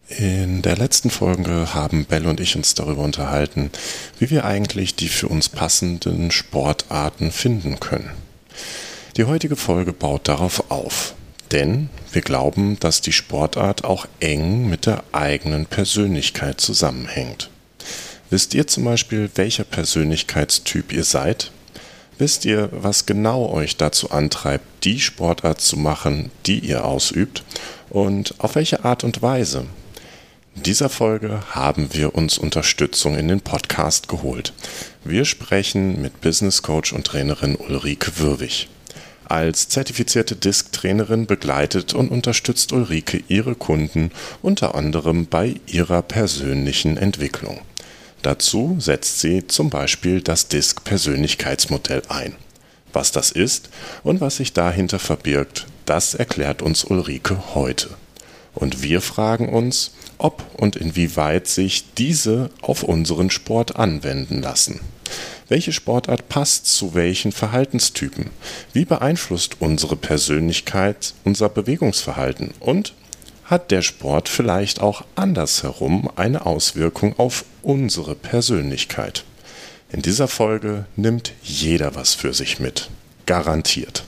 In der letzten Folge haben Bell und ich uns darüber unterhalten, wie wir eigentlich die für uns passenden Sportarten finden können. Die heutige Folge baut darauf auf, denn wir glauben, dass die Sportart auch eng mit der eigenen Persönlichkeit zusammenhängt. Wisst ihr zum Beispiel, welcher Persönlichkeitstyp ihr seid? Wisst ihr, was genau euch dazu antreibt, die Sportart zu machen, die ihr ausübt, und auf welche Art und Weise? In dieser Folge haben wir uns Unterstützung in den Podcast geholt. Wir sprechen mit Business Coach und Trainerin Ulrike Würwig. Als zertifizierte DISC-Trainerin begleitet und unterstützt Ulrike ihre Kunden unter anderem bei ihrer persönlichen Entwicklung. Dazu setzt sie zum Beispiel das DISC-Persönlichkeitsmodell ein. Was das ist und was sich dahinter verbirgt, das erklärt uns Ulrike heute. Und wir fragen uns, ob und inwieweit sich diese auf unseren Sport anwenden lassen. Welche Sportart passt zu welchen Verhaltenstypen? Wie beeinflusst unsere Persönlichkeit unser Bewegungsverhalten? Und hat der Sport vielleicht auch andersherum eine Auswirkung auf unsere Persönlichkeit? In dieser Folge nimmt jeder was für sich mit. Garantiert.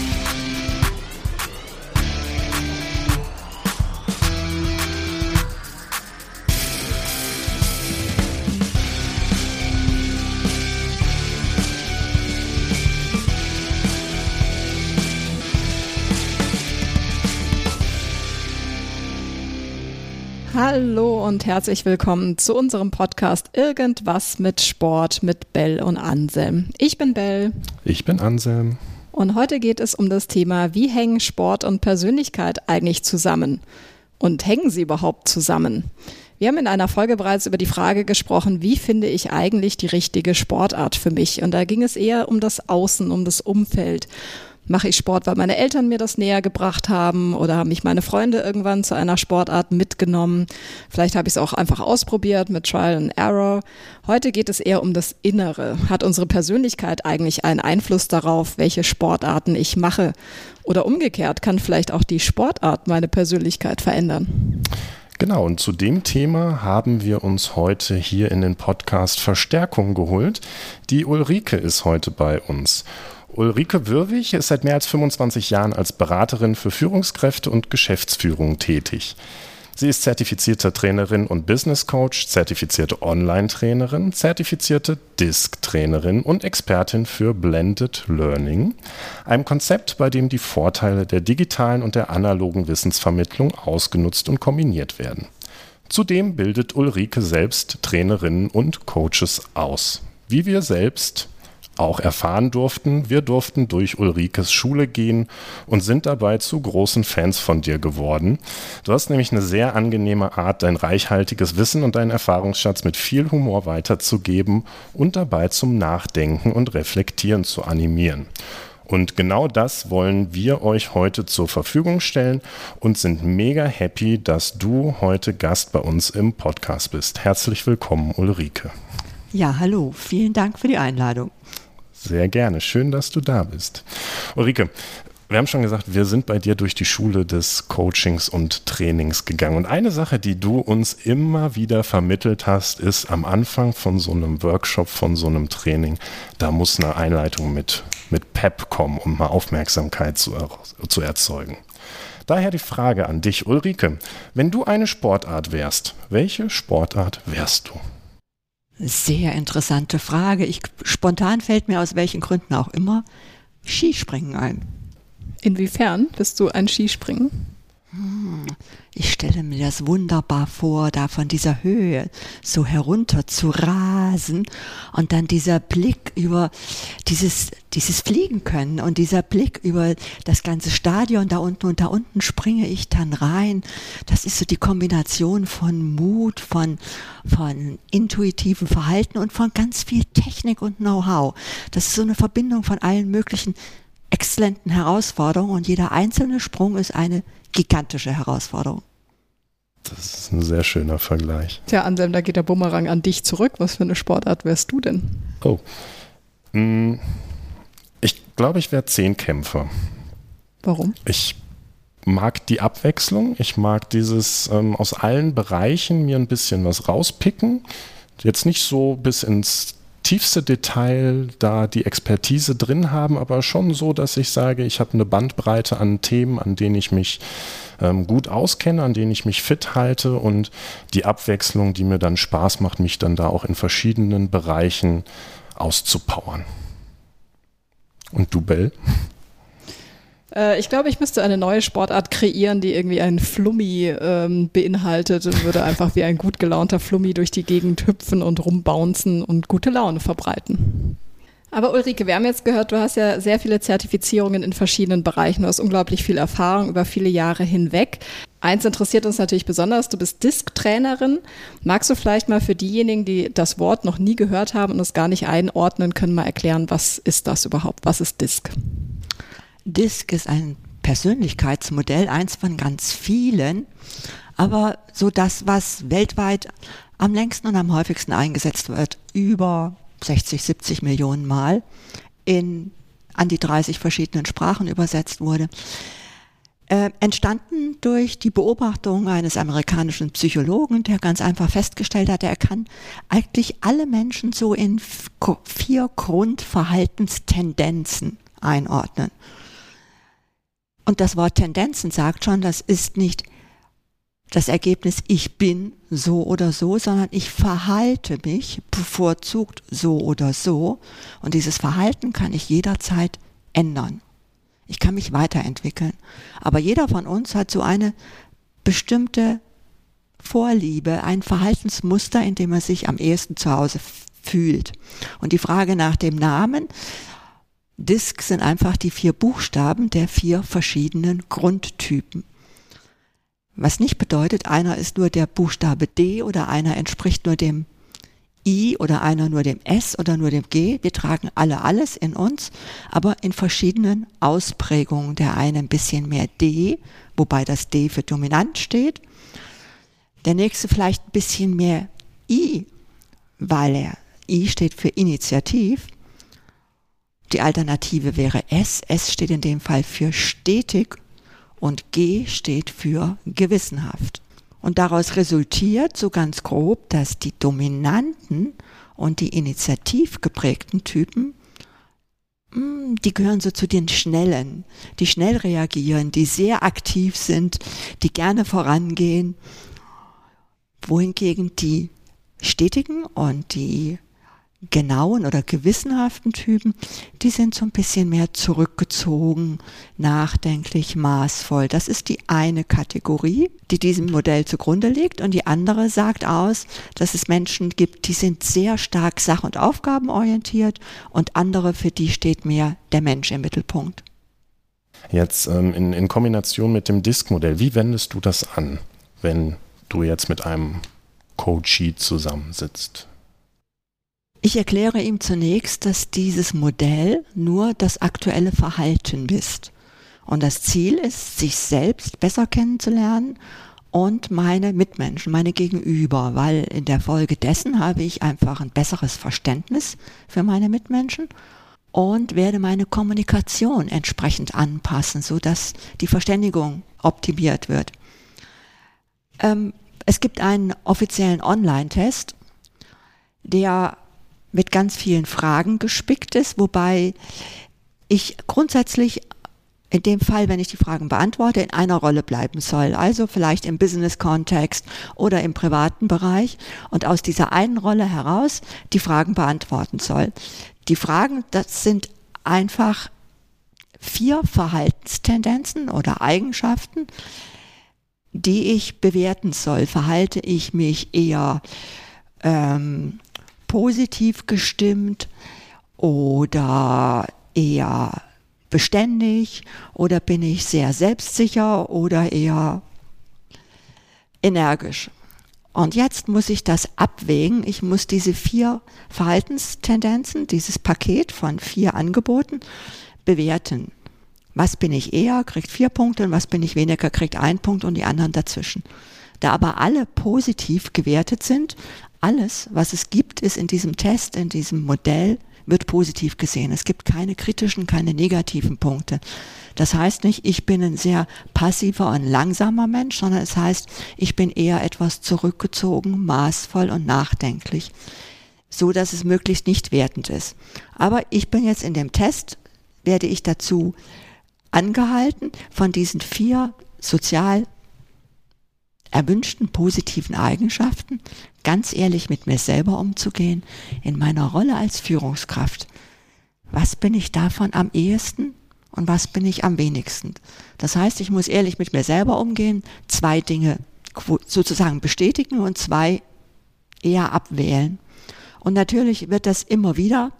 Hallo und herzlich willkommen zu unserem Podcast Irgendwas mit Sport mit Bell und Anselm. Ich bin Bell. Ich bin Anselm. Und heute geht es um das Thema, wie hängen Sport und Persönlichkeit eigentlich zusammen? Und hängen sie überhaupt zusammen? Wir haben in einer Folge bereits über die Frage gesprochen, wie finde ich eigentlich die richtige Sportart für mich? Und da ging es eher um das Außen, um das Umfeld. Mache ich Sport, weil meine Eltern mir das näher gebracht haben oder haben mich meine Freunde irgendwann zu einer Sportart mitgenommen? Vielleicht habe ich es auch einfach ausprobiert mit Trial and Error. Heute geht es eher um das Innere. Hat unsere Persönlichkeit eigentlich einen Einfluss darauf, welche Sportarten ich mache? Oder umgekehrt, kann vielleicht auch die Sportart meine Persönlichkeit verändern? Genau, und zu dem Thema haben wir uns heute hier in den Podcast Verstärkung geholt. Die Ulrike ist heute bei uns. Ulrike Würwig ist seit mehr als 25 Jahren als Beraterin für Führungskräfte und Geschäftsführung tätig. Sie ist zertifizierte Trainerin und Business Coach, zertifizierte Online-Trainerin, zertifizierte DISC-Trainerin und Expertin für Blended Learning, einem Konzept, bei dem die Vorteile der digitalen und der analogen Wissensvermittlung ausgenutzt und kombiniert werden. Zudem bildet Ulrike selbst Trainerinnen und Coaches aus. Wie wir selbst auch erfahren durften, wir durften durch Ulrikes Schule gehen und sind dabei zu großen Fans von dir geworden. Du hast nämlich eine sehr angenehme Art, dein reichhaltiges Wissen und deinen Erfahrungsschatz mit viel Humor weiterzugeben und dabei zum Nachdenken und Reflektieren zu animieren. Und genau das wollen wir euch heute zur Verfügung stellen und sind mega happy, dass du heute Gast bei uns im Podcast bist. Herzlich willkommen, Ulrike. Ja, hallo. Vielen Dank für die Einladung. Sehr gerne. Schön, dass du da bist. Ulrike, wir haben schon gesagt, wir sind bei dir durch die Schule des Coachings und Trainings gegangen. Und eine Sache, die du uns immer wieder vermittelt hast, ist am Anfang von so einem Workshop, von so einem Training, da muss eine Einleitung mit Pep kommen, um mal Aufmerksamkeit zu erzeugen. Daher die Frage an dich, Ulrike. Wenn du eine Sportart wärst, welche Sportart wärst du? Sehr interessante Frage. Spontan fällt mir aus welchen Gründen auch immer Skispringen ein. Inwiefern bist du ein Skispringen? Ich stelle mir das wunderbar vor, da von dieser Höhe so herunter zu rasen und dann dieser Blick über dieses Fliegen können und dieser Blick über das ganze Stadion da unten und da unten springe ich dann rein. Das ist so die Kombination von Mut, von intuitivem Verhalten und von ganz viel Technik und Know-how. Das ist so eine Verbindung von allen möglichen exzellenten Herausforderungen und jeder einzelne Sprung ist eine gigantische Herausforderung. Das ist ein sehr schöner Vergleich. Tja, Anselm, da geht der Bumerang an dich zurück. Was für eine Sportart wärst du denn? Oh, ich glaube, ich wäre Zehnkämpfer. Warum? Ich mag die Abwechslung. Ich mag dieses aus allen Bereichen mir ein bisschen was rauspicken. Jetzt nicht so bis ins tiefste Detail da die Expertise drin haben, aber schon so, dass ich sage, ich habe eine Bandbreite an Themen, an denen ich mich gut auskenne, an denen ich mich fit halte und die Abwechslung, die mir dann Spaß macht, mich dann da auch in verschiedenen Bereichen auszupowern. Und du, Bell? Ich glaube, ich müsste eine neue Sportart kreieren, die irgendwie einen Flummi beinhaltet und würde einfach wie ein gut gelaunter Flummi durch die Gegend hüpfen und rumbouncen und gute Laune verbreiten. Aber Ulrike, wir haben jetzt gehört, du hast ja sehr viele Zertifizierungen in verschiedenen Bereichen. Du hast unglaublich viel Erfahrung über viele Jahre hinweg. Eins interessiert uns natürlich besonders, du bist Disc-Trainerin. Magst du vielleicht mal für diejenigen, die das Wort noch nie gehört haben und es gar nicht einordnen können, mal erklären, was ist das überhaupt? Was ist Disc? DISC ist ein Persönlichkeitsmodell, eins von ganz vielen, aber so das, was weltweit am längsten und am häufigsten eingesetzt wird, über 60, 70 Millionen Mal an die 30 verschiedenen Sprachen übersetzt wurde. Entstanden durch die Beobachtung eines amerikanischen Psychologen, der ganz einfach festgestellt hat, er kann eigentlich alle Menschen so in 4 Grundverhaltenstendenzen einordnen. Und das Wort Tendenzen sagt schon, das ist nicht das Ergebnis, ich bin so oder so, sondern ich verhalte mich bevorzugt so oder so. Und dieses Verhalten kann ich jederzeit ändern. Ich kann mich weiterentwickeln. Aber jeder von uns hat so eine bestimmte Vorliebe, ein Verhaltensmuster, in dem er sich am ehesten zu Hause fühlt. Und die Frage nach dem Namen: DISC sind einfach die 4 Buchstaben der 4 verschiedenen Grundtypen. Was nicht bedeutet, einer ist nur der Buchstabe D oder einer entspricht nur dem I oder einer nur dem S oder nur dem G. Wir tragen alle alles in uns, aber in verschiedenen Ausprägungen. Der eine ein bisschen mehr D, wobei das D für dominant steht. Der nächste vielleicht ein bisschen mehr I, weil I steht für initiativ. Die Alternative wäre S. S steht in dem Fall für stetig und G steht für gewissenhaft. Und daraus resultiert so ganz grob, dass die dominanten und die initiativ geprägten Typen, die gehören so zu den Schnellen, die schnell reagieren, die sehr aktiv sind, die gerne vorangehen, wohingegen die stetigen und die genauen oder gewissenhaften Typen, die sind so ein bisschen mehr zurückgezogen, nachdenklich, maßvoll. Das ist die eine Kategorie, die diesem Modell zugrunde liegt, und die andere sagt aus, dass es Menschen gibt, die sind sehr stark sach- und aufgabenorientiert, und andere, für die steht mehr der Mensch im Mittelpunkt. Jetzt in Kombination mit dem DISC-Modell, wie wendest du das an, wenn du jetzt mit einem Coachee zusammensitzt? Ich erkläre ihm zunächst, dass dieses Modell nur das aktuelle Verhalten misst. Und das Ziel ist, sich selbst besser kennenzulernen und meine Mitmenschen, meine Gegenüber, weil in der Folge dessen habe ich einfach ein besseres Verständnis für meine Mitmenschen und werde meine Kommunikation entsprechend anpassen, sodass die Verständigung optimiert wird. Es gibt einen offiziellen Online-Test, der mit ganz vielen Fragen gespickt ist, wobei ich grundsätzlich in dem Fall, wenn ich die Fragen beantworte, in einer Rolle bleiben soll. Also vielleicht im Business-Kontext oder im privaten Bereich, und aus dieser einen Rolle heraus die Fragen beantworten soll. Die Fragen, das sind einfach 4 Verhaltenstendenzen oder Eigenschaften, die ich bewerten soll. Verhalte ich mich eher positiv gestimmt oder eher beständig, oder bin ich sehr selbstsicher oder eher energisch? Und jetzt muss ich das abwägen. Ich muss diese 4 Verhaltenstendenzen, dieses Paket von 4 Angeboten bewerten. Was bin ich eher, kriegt 4 Punkte, und was bin ich weniger, kriegt 1 Punkt, und die anderen dazwischen. Da aber alle positiv gewertet sind, alles, was es gibt, ist in diesem Test, in diesem Modell wird positiv gesehen. Es gibt keine kritischen, keine negativen Punkte. Das heißt nicht, ich bin ein sehr passiver und langsamer Mensch, sondern es heißt, ich bin eher etwas zurückgezogen, maßvoll und nachdenklich, so dass es möglichst nicht wertend ist. Aber ich bin jetzt in dem Test, werde ich dazu angehalten, von diesen 4 sozial erwünschten positiven Eigenschaften ganz ehrlich mit mir selber umzugehen, in meiner Rolle als Führungskraft. Was bin ich davon am ehesten und was bin ich am wenigsten? Das heißt, ich muss ehrlich mit mir selber umgehen, 2 Dinge sozusagen bestätigen und 2 eher abwählen. Und natürlich wird das immer wieder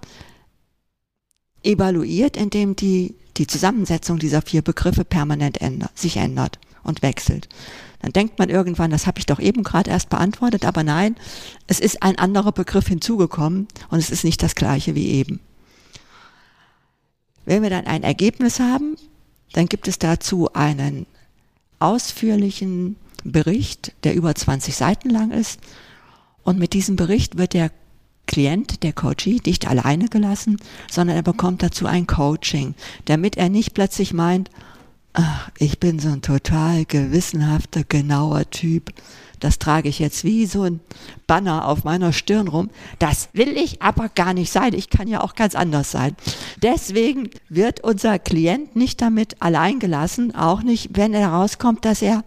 evaluiert, indem die Zusammensetzung dieser 4 Begriffe permanent sich ändert und wechselt. Dann denkt man irgendwann, das habe ich doch eben gerade erst beantwortet, aber nein, es ist ein anderer Begriff hinzugekommen und es ist nicht das gleiche wie eben. Wenn wir dann ein Ergebnis haben, dann gibt es dazu einen ausführlichen Bericht, der über 20 Seiten lang ist, und mit diesem Bericht wird der Klient, der Coachee, nicht alleine gelassen, sondern er bekommt dazu ein Coaching, damit er nicht plötzlich meint, ach, ich bin so ein total gewissenhafter, genauer Typ. Das trage ich jetzt wie so ein Banner auf meiner Stirn rum. Das will ich aber gar nicht sein. Ich kann ja auch ganz anders sein. Deswegen wird unser Klient nicht damit allein gelassen, auch nicht, wenn herauskommt, dass er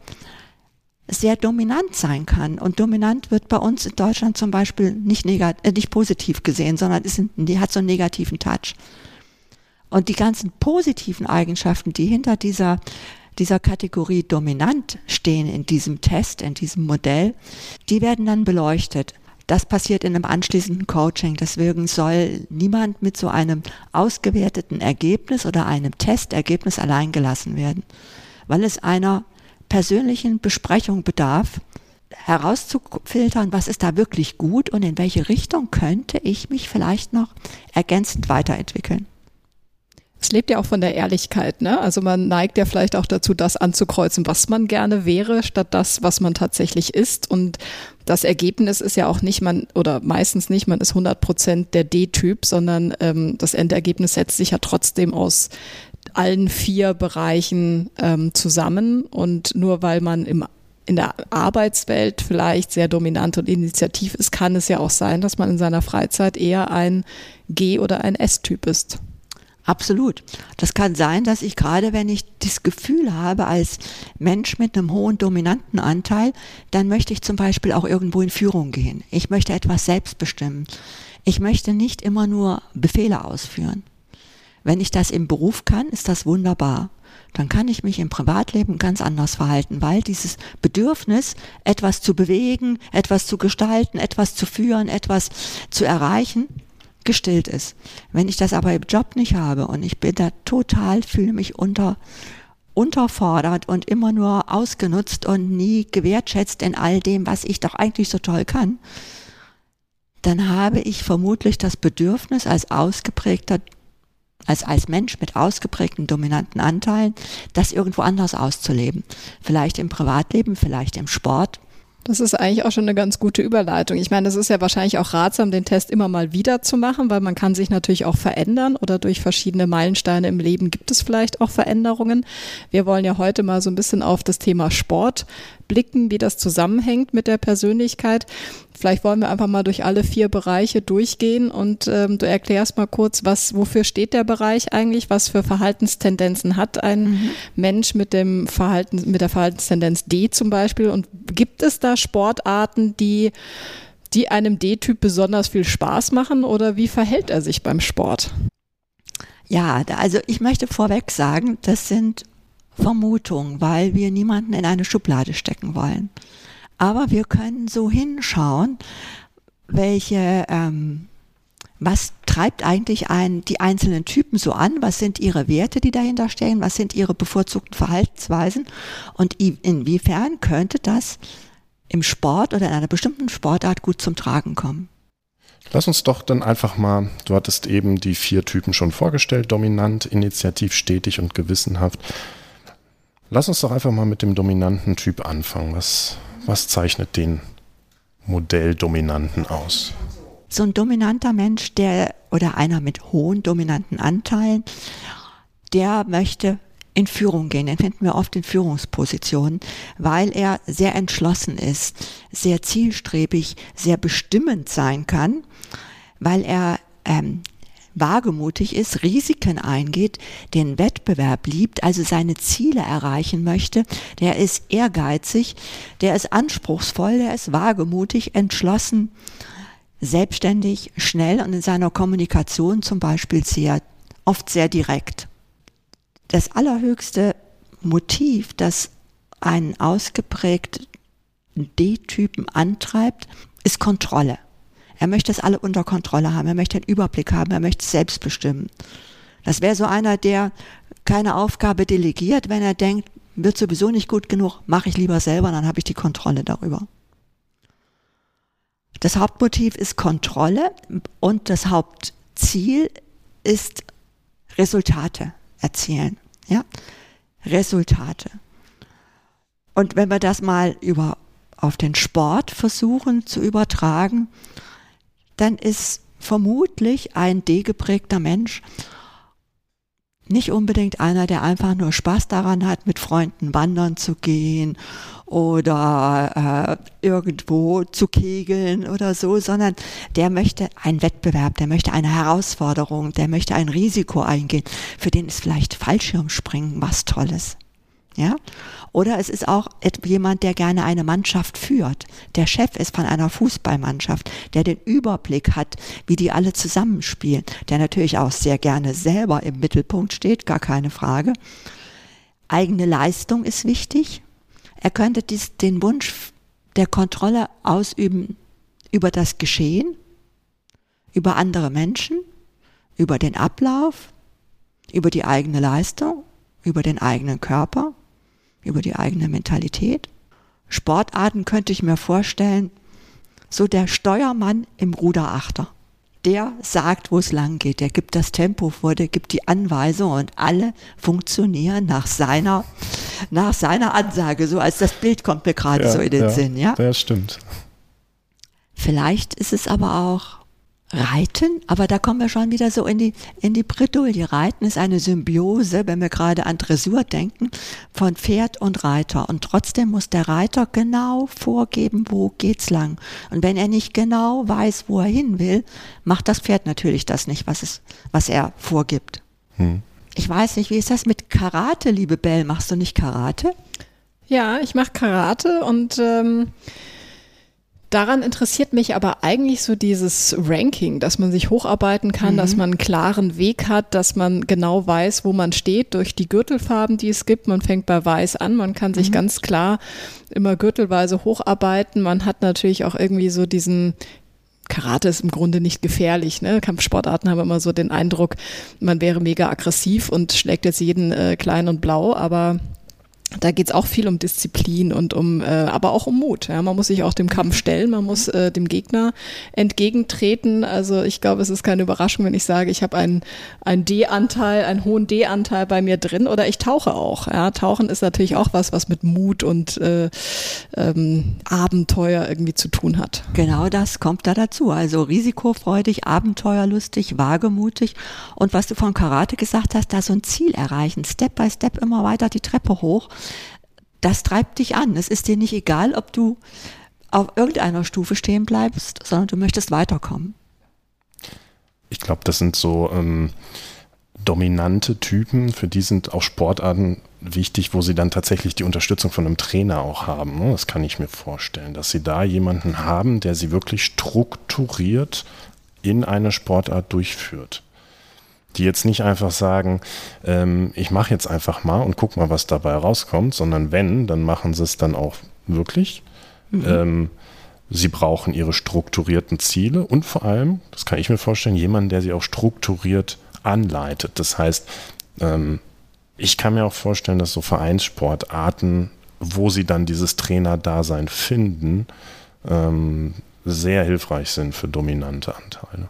sehr dominant sein kann. Und dominant wird bei uns in Deutschland zum Beispiel nicht positiv gesehen, sondern hat so einen negativen Touch. Und die ganzen positiven Eigenschaften, die hinter dieser Kategorie dominant stehen in diesem Test, in diesem Modell, die werden dann beleuchtet. Das passiert in einem anschließenden Coaching. Deswegen soll niemand mit so einem ausgewerteten Ergebnis oder einem Testergebnis allein gelassen werden, weil es einer persönlichen Besprechung bedarf, herauszufiltern, was ist da wirklich gut und in welche Richtung könnte ich mich vielleicht noch ergänzend weiterentwickeln. Es lebt ja auch von der Ehrlichkeit, ne? Also man neigt ja vielleicht auch dazu, das anzukreuzen, was man gerne wäre, statt das, was man tatsächlich ist. Und das Ergebnis ist ja auch nicht meistens nicht, man ist 100% der D-Typ, sondern das Endergebnis setzt sich ja trotzdem aus allen 4 Bereichen zusammen. Und nur weil man in der Arbeitswelt vielleicht sehr dominant und initiativ ist, kann es ja auch sein, dass man in seiner Freizeit eher ein G- oder ein S-Typ ist. Absolut. Das kann sein, dass ich gerade, wenn ich das Gefühl habe, als Mensch mit einem hohen dominanten Anteil, dann möchte ich zum Beispiel auch irgendwo in Führung gehen. Ich möchte etwas selbst bestimmen. Ich möchte nicht immer nur Befehle ausführen. Wenn ich das im Beruf kann, ist das wunderbar. Dann kann ich mich im Privatleben ganz anders verhalten, weil dieses Bedürfnis, etwas zu bewegen, etwas zu gestalten, etwas zu führen, etwas zu erreichen, gestillt ist. Wenn ich das aber im Job nicht habe und ich bin da fühle mich unterfordert und immer nur ausgenutzt und nie gewertschätzt in all dem, was ich doch eigentlich so toll kann, dann habe ich vermutlich das Bedürfnis als Mensch mit ausgeprägten dominanten Anteilen, das irgendwo anders auszuleben. Vielleicht im Privatleben, vielleicht im Sport. Das ist eigentlich auch schon eine ganz gute Überleitung. Ich meine, es ist ja wahrscheinlich auch ratsam, den Test immer mal wieder zu machen, weil man kann sich natürlich auch verändern oder durch verschiedene Meilensteine im Leben gibt es vielleicht auch Veränderungen. Wir wollen ja heute mal so ein bisschen auf das Thema Sport blicken, wie das zusammenhängt mit der Persönlichkeit. Vielleicht wollen wir einfach mal durch alle 4 Bereiche durchgehen und du erklärst mal kurz, wofür steht der Bereich eigentlich, was für Verhaltenstendenzen hat ein Mensch mit der Verhaltenstendenz D zum Beispiel, und gibt es da Sportarten, die einem D-Typ besonders viel Spaß machen, oder wie verhält er sich beim Sport? Ja, also ich möchte vorweg sagen, das sind Vermutungen, weil wir niemanden in eine Schublade stecken wollen. Aber wir können so hinschauen, was treibt eigentlich die einzelnen Typen so an, was sind ihre Werte, die dahinter stehen, was sind ihre bevorzugten Verhaltensweisen und inwiefern könnte das im Sport oder in einer bestimmten Sportart gut zum Tragen kommen. Lass uns doch dann einfach mal, du hattest eben die 4 Typen schon vorgestellt, dominant, initiativ, stetig und gewissenhaft. Lass uns doch einfach mal mit dem dominanten Typ anfangen. Was zeichnet den Modelldominanten aus? so ein dominanter Mensch, oder einer mit hohen dominanten Anteilen, der möchte in Führung gehen. Den finden wir oft in Führungspositionen, weil er sehr entschlossen ist, sehr zielstrebig, sehr bestimmend sein kann, weil er wagemutig ist, Risiken eingeht, den Wettbewerb liebt, also seine Ziele erreichen möchte. Der ist ehrgeizig, der ist anspruchsvoll, der ist wagemutig, entschlossen, selbstständig, schnell und in seiner Kommunikation zum Beispiel oft sehr direkt. Das allerhöchste Motiv, das einen ausgeprägten D-Typen antreibt, ist Kontrolle. Er möchte es alle unter Kontrolle haben, er möchte einen Überblick haben, er möchte es selbst bestimmen. Das wäre so einer, der keine Aufgabe delegiert, wenn er denkt, wird sowieso nicht gut genug, mache ich lieber selber, dann habe ich die Kontrolle darüber. Das Hauptmotiv ist Kontrolle und das Hauptziel ist Resultate erzielen. Ja? Resultate. Und wenn wir das mal auf den Sport versuchen zu übertragen, dann ist vermutlich ein D-geprägter Mensch nicht unbedingt einer, der einfach nur Spaß daran hat, mit Freunden wandern zu gehen oder irgendwo zu kegeln oder so, sondern der möchte einen Wettbewerb, der möchte eine Herausforderung, der möchte ein Risiko eingehen. Für den ist vielleicht Fallschirmspringen was Tolles. Ja? Oder es ist auch jemand, der gerne eine Mannschaft führt. Der Chef ist von einer Fußballmannschaft, der den Überblick hat, wie die alle zusammenspielen, der natürlich auch sehr gerne selber im Mittelpunkt steht, gar keine Frage. Eigene Leistung ist wichtig. Er könnte den Wunsch der Kontrolle ausüben über das Geschehen, über andere Menschen, über den Ablauf, über die eigene Leistung, über den eigenen Körper, über die eigene Mentalität. Sportarten könnte ich mir vorstellen, so der Steuermann im Ruderachter. Der sagt, wo es lang geht, der gibt das Tempo vor, der gibt die Anweisung und alle funktionieren nach seiner Ansage, so als das Bild kommt mir gerade so in den Sinn. Ja, das stimmt. Vielleicht ist es aber auch Reiten, aber da kommen wir schon wieder so in die Bredouille. Reiten ist eine Symbiose, wenn wir gerade an Dressur denken, von Pferd und Reiter. Und trotzdem muss der Reiter genau vorgeben, wo geht's lang. Und wenn er nicht genau weiß, wo er hin will, macht das Pferd natürlich das nicht, was er vorgibt. Ich weiß nicht, wie ist das mit Karate, liebe Bell? Machst du nicht Karate? Ja, ich mache Karate und daran interessiert mich aber eigentlich so dieses Ranking, dass man sich hocharbeiten kann, dass man einen klaren Weg hat, dass man genau weiß, wo man steht durch die Gürtelfarben, die es gibt. Man fängt bei Weiß an, man kann sich ganz klar immer gürtelweise hocharbeiten. Man hat natürlich auch irgendwie so diesen Karate ist im Grunde nicht gefährlich, ne? Kampfsportarten haben immer so den Eindruck, man wäre mega aggressiv und schlägt jetzt jeden klein und blau, aber da geht's auch viel um Disziplin und aber auch um Mut. Ja, man muss sich auch dem Kampf stellen, man muss dem Gegner entgegentreten. Also ich glaube, es ist keine Überraschung, wenn ich sage, ich habe einen hohen D-Anteil bei mir drin oder ich tauche auch. Ja, Tauchen ist natürlich auch was mit Mut und Abenteuer irgendwie zu tun hat. Genau das kommt da dazu. Also risikofreudig, abenteuerlustig, wagemutig und was du von Karate gesagt hast, da so ein Ziel erreichen, Step by Step immer weiter die Treppe hoch. Das treibt dich an. Es ist dir nicht egal, ob du auf irgendeiner Stufe stehen bleibst, sondern du möchtest weiterkommen. Ich glaube, das sind so dominante Typen, für die sind auch Sportarten wichtig, wo sie dann tatsächlich die Unterstützung von einem Trainer auch haben. Das kann ich mir vorstellen, dass sie da jemanden haben, der sie wirklich strukturiert in eine Sportart durchführt. Die jetzt nicht einfach sagen, ich mache jetzt einfach mal und guck mal, was dabei rauskommt, sondern dann machen sie es dann auch wirklich. Sie brauchen ihre strukturierten Ziele und vor allem, das kann ich mir vorstellen, jemanden, der sie auch strukturiert anleitet. Das heißt, ich kann mir auch vorstellen, dass so Vereinssportarten, wo sie dann dieses Trainerdasein finden, sehr hilfreich sind für dominante Anteile.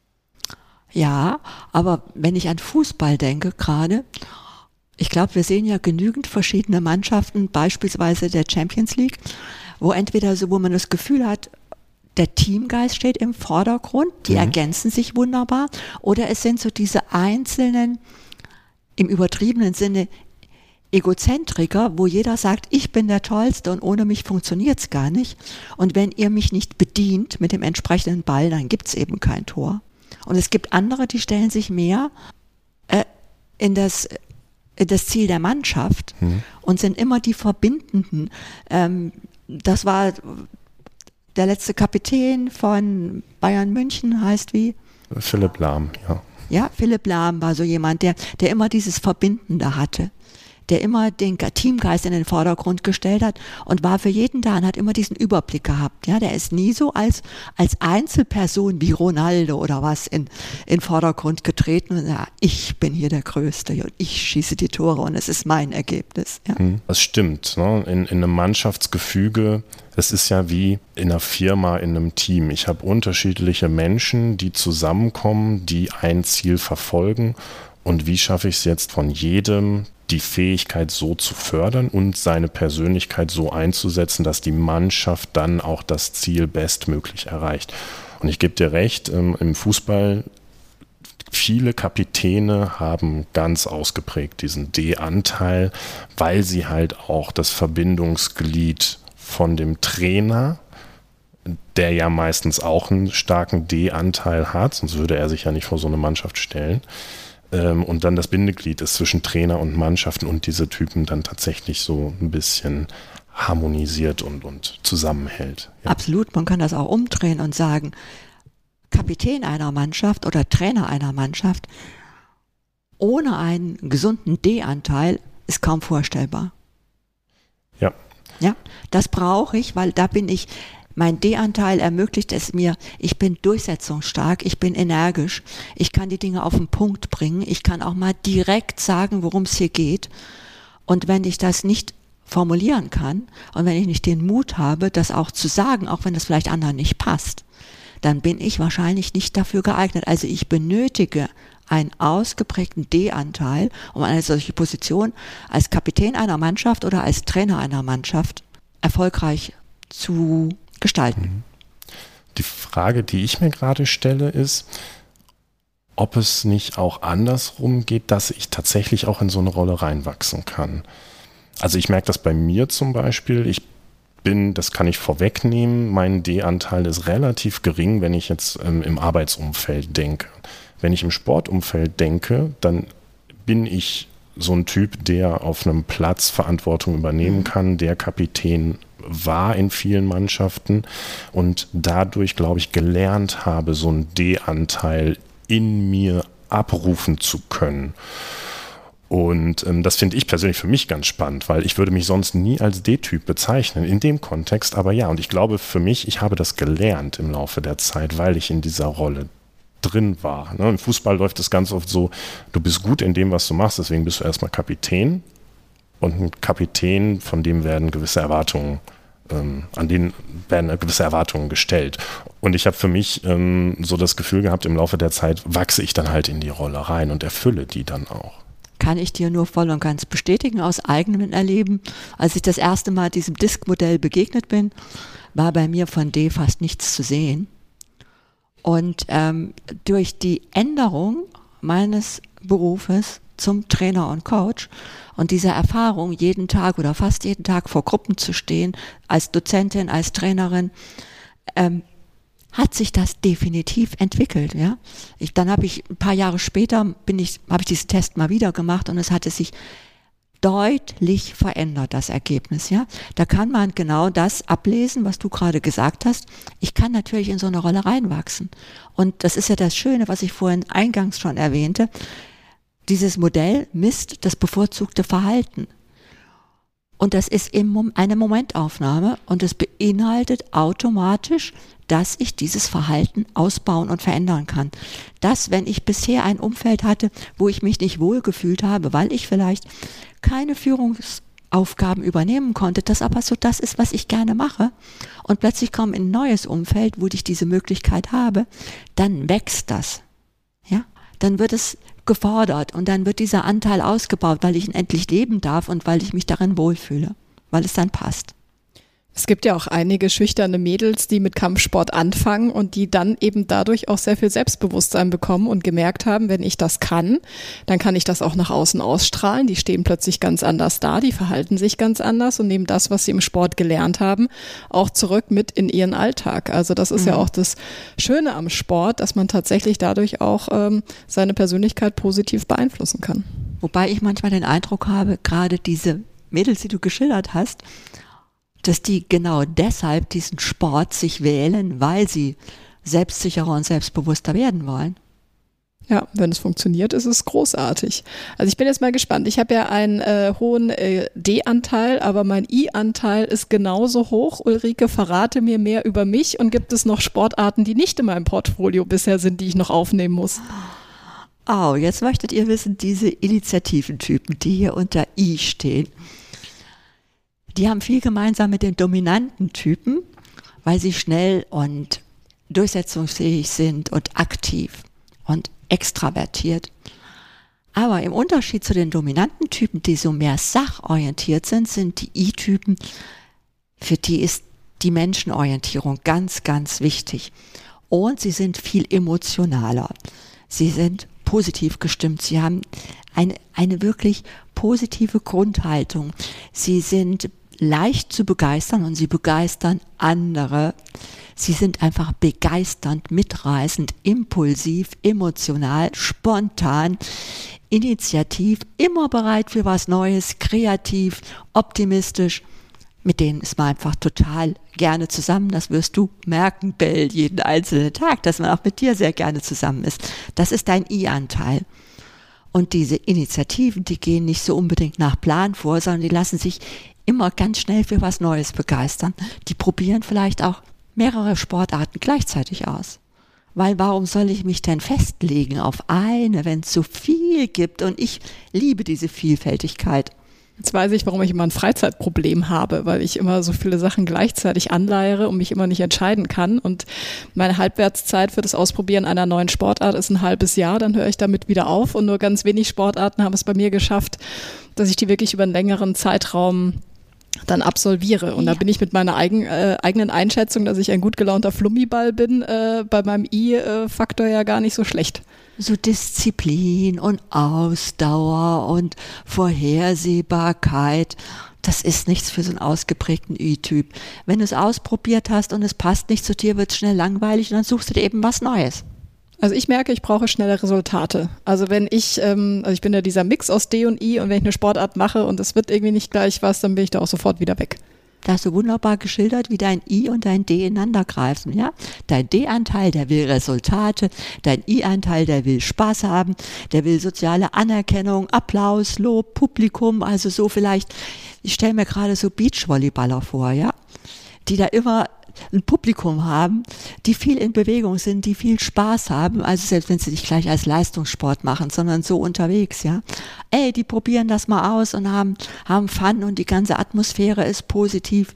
Ja, aber wenn ich an Fußball denke gerade, ich glaube, wir sehen ja genügend verschiedene Mannschaften, beispielsweise der Champions League, wo man das Gefühl hat, der Teamgeist steht im Vordergrund, die ergänzen sich wunderbar, oder es sind so diese einzelnen, im übertriebenen Sinne, Egozentriker, wo jeder sagt, ich bin der Tollste und ohne mich funktioniert es gar nicht. Und wenn ihr mich nicht bedient mit dem entsprechenden Ball, dann gibt es eben kein Tor. Und es gibt andere, die stellen sich mehr in das Ziel der Mannschaft und sind immer die Verbindenden. Das war der letzte Kapitän von Bayern München, heißt wie? Philipp Lahm, ja. Ja, Philipp Lahm war so jemand, der immer dieses Verbindende hatte, der immer den Teamgeist in den Vordergrund gestellt hat und war für jeden da und hat immer diesen Überblick gehabt. Ja, der ist nie so als Einzelperson wie Ronaldo oder was in Vordergrund getreten und sagt, ich bin hier der Größte und ich schieße die Tore und es ist mein Ergebnis. Ja. Das stimmt. Ne? In einem Mannschaftsgefüge, es ist ja wie in einer Firma, in einem Team. Ich habe unterschiedliche Menschen, die zusammenkommen, die ein Ziel verfolgen. Und wie schaffe ich es jetzt von jedem, die Fähigkeit so zu fördern und seine Persönlichkeit so einzusetzen, dass die Mannschaft dann auch das Ziel bestmöglich erreicht. Und ich gebe dir recht, im Fußball, viele Kapitäne haben ganz ausgeprägt diesen D-Anteil, weil sie halt auch das Verbindungsglied von dem Trainer, der ja meistens auch einen starken D-Anteil hat, sonst würde er sich ja nicht vor so eine Mannschaft stellen, und dann das Bindeglied ist zwischen Trainer und Mannschaften und diese Typen dann tatsächlich so ein bisschen harmonisiert und zusammenhält. Ja. Absolut, man kann das auch umdrehen und sagen, Kapitän einer Mannschaft oder Trainer einer Mannschaft ohne einen gesunden D-Anteil ist kaum vorstellbar. Ja. Ja, das brauche ich, weil da bin ich, mein D-Anteil ermöglicht es mir, ich bin durchsetzungsstark, ich bin energisch, ich kann die Dinge auf den Punkt bringen, ich kann auch mal direkt sagen, worum es hier geht. Und wenn ich das nicht formulieren kann und wenn ich nicht den Mut habe, das auch zu sagen, auch wenn das vielleicht anderen nicht passt, dann bin ich wahrscheinlich nicht dafür geeignet. Also ich benötige einen ausgeprägten D-Anteil, um eine solche Position als Kapitän einer Mannschaft oder als Trainer einer Mannschaft erfolgreich zu gestalten. Die Frage, die ich mir gerade stelle, ist, ob es nicht auch andersrum geht, dass ich tatsächlich auch in so eine Rolle reinwachsen kann. Also ich merke das bei mir zum Beispiel, das kann ich vorwegnehmen, mein D-Anteil ist relativ gering, wenn ich jetzt im Arbeitsumfeld denke. Wenn ich im Sportumfeld denke, dann bin ich so ein Typ, der auf einem Platz Verantwortung übernehmen kann, der Kapitän war in vielen Mannschaften und dadurch, glaube ich, gelernt habe, so einen D-Anteil in mir abrufen zu können. Und das finde ich persönlich für mich ganz spannend, weil ich würde mich sonst nie als D-Typ bezeichnen, in dem Kontext, aber ja, und ich glaube für mich, ich habe das gelernt im Laufe der Zeit, weil ich in dieser Rolle drin war. Ne? Im Fußball läuft es ganz oft so, du bist gut in dem, was du machst, deswegen bist du erstmal Kapitän und ein Kapitän, von dem werden gewisse Erwartungen an denen werden gewisse Erwartungen gestellt. Und ich habe für mich so das Gefühl gehabt, im Laufe der Zeit wachse ich dann halt in die Rolle rein und erfülle die dann auch. Kann ich dir nur voll und ganz bestätigen aus eigenem Erleben. Als ich das erste Mal diesem Disk-Modell begegnet bin, war bei mir von D fast nichts zu sehen. Und durch die Änderung meines Berufes zum Trainer und Coach und dieser Erfahrung, jeden Tag oder fast jeden Tag vor Gruppen zu stehen, als Dozentin, als Trainerin, hat sich das definitiv entwickelt. Ja? Dann habe ich ein paar Jahre später, habe ich diesen Test mal wieder gemacht und es hatte sich deutlich verändert, das Ergebnis. Ja? Da kann man genau das ablesen, was du gerade gesagt hast. Ich kann natürlich in so eine Rolle reinwachsen. Und das ist ja das Schöne, was ich vorhin eingangs schon erwähnte. Dieses Modell misst das bevorzugte Verhalten. Und das ist eine Momentaufnahme und es beinhaltet automatisch, dass ich dieses Verhalten ausbauen und verändern kann. Dass, wenn ich bisher ein Umfeld hatte, wo ich mich nicht wohlgefühlt habe, weil ich vielleicht keine Führungsaufgaben übernehmen konnte, das aber so das ist, was ich gerne mache und plötzlich komme in ein neues Umfeld, wo ich diese Möglichkeit habe, dann wächst das. Ja? Dann wird es gefordert und dann wird dieser Anteil ausgebaut, weil ich ihn endlich leben darf und weil ich mich darin wohlfühle, weil es dann passt. Es gibt ja auch einige schüchterne Mädels, die mit Kampfsport anfangen und die dann eben dadurch auch sehr viel Selbstbewusstsein bekommen und gemerkt haben, wenn ich das kann, dann kann ich das auch nach außen ausstrahlen. Die stehen plötzlich ganz anders da, die verhalten sich ganz anders und nehmen das, was sie im Sport gelernt haben, auch zurück mit in ihren Alltag. Also das ist ja auch das Schöne am Sport, dass man tatsächlich dadurch auch seine Persönlichkeit positiv beeinflussen kann. Wobei ich manchmal den Eindruck habe, gerade diese Mädels, die du geschildert hast, dass die genau deshalb diesen Sport sich wählen, weil sie selbstsicherer und selbstbewusster werden wollen. Ja, wenn es funktioniert, ist es großartig. Also ich bin jetzt mal gespannt. Ich habe ja einen hohen D-Anteil, aber mein I-Anteil ist genauso hoch. Ulrike, verrate mir mehr über mich und gibt es noch Sportarten, die nicht in meinem Portfolio bisher sind, die ich noch aufnehmen muss? Oh, jetzt möchtet ihr wissen, diese Initiativentypen, die hier unter I stehen, die haben viel gemeinsam mit den dominanten Typen, weil sie schnell und durchsetzungsfähig sind und aktiv und extravertiert. Aber im Unterschied zu den dominanten Typen, die so mehr sachorientiert sind, sind die I-Typen, für die ist die Menschenorientierung ganz, ganz wichtig. Und sie sind viel emotionaler. Sie sind positiv gestimmt. Sie haben eine wirklich positive Grundhaltung. Sie sind leicht zu begeistern und sie begeistern andere. Sie sind einfach begeisternd, mitreißend, impulsiv, emotional, spontan, initiativ, immer bereit für was Neues, kreativ, optimistisch. Mit denen ist man einfach total gerne zusammen. Das wirst du merken, Bell, jeden einzelnen Tag, dass man auch mit dir sehr gerne zusammen ist. Das ist dein I-Anteil. Und diese Initiativen, die gehen nicht so unbedingt nach Plan vor, sondern die lassen sich immer ganz schnell für was Neues begeistern. Die probieren vielleicht auch mehrere Sportarten gleichzeitig aus. Weil warum soll ich mich denn festlegen auf eine, wenn es so viel gibt? Und ich liebe diese Vielfältigkeit. Jetzt weiß ich, warum ich immer ein Freizeitproblem habe, weil ich immer so viele Sachen gleichzeitig anleiere und mich immer nicht entscheiden kann. Und meine Halbwertszeit für das Ausprobieren einer neuen Sportart ist ein halbes Jahr, dann höre ich damit wieder auf. Und nur ganz wenig Sportarten haben es bei mir geschafft, dass ich die wirklich über einen längeren Zeitraum dann absolviere. Und da bin ich mit meiner eigenen Einschätzung, dass ich ein gut gelaunter Flummiball bin, bei meinem I-Faktor ja gar nicht so schlecht. So Disziplin und Ausdauer und Vorhersehbarkeit, das ist nichts für so einen ausgeprägten I-Typ. Wenn du es ausprobiert hast und es passt nicht zu dir, wird es schnell langweilig und dann suchst du dir eben was Neues. Also ich merke, ich brauche schnelle Resultate. Also wenn ich, ich bin ja dieser Mix aus D und I und wenn ich eine Sportart mache und es wird irgendwie nicht gleich was, dann bin ich da auch sofort wieder weg. Da hast du wunderbar geschildert, wie dein I und dein D ineinander greifen. Ja? Dein D-Anteil, der will Resultate, dein I-Anteil, der will Spaß haben, der will soziale Anerkennung, Applaus, Lob, Publikum, also so vielleicht, ich stelle mir gerade so Beachvolleyballer vor, ja, die da immer ein Publikum haben, die viel in Bewegung sind, die viel Spaß haben, also selbst wenn sie nicht gleich als Leistungssport machen, sondern so unterwegs, ja. Ey, die probieren das mal aus und haben Fun und die ganze Atmosphäre ist positiv.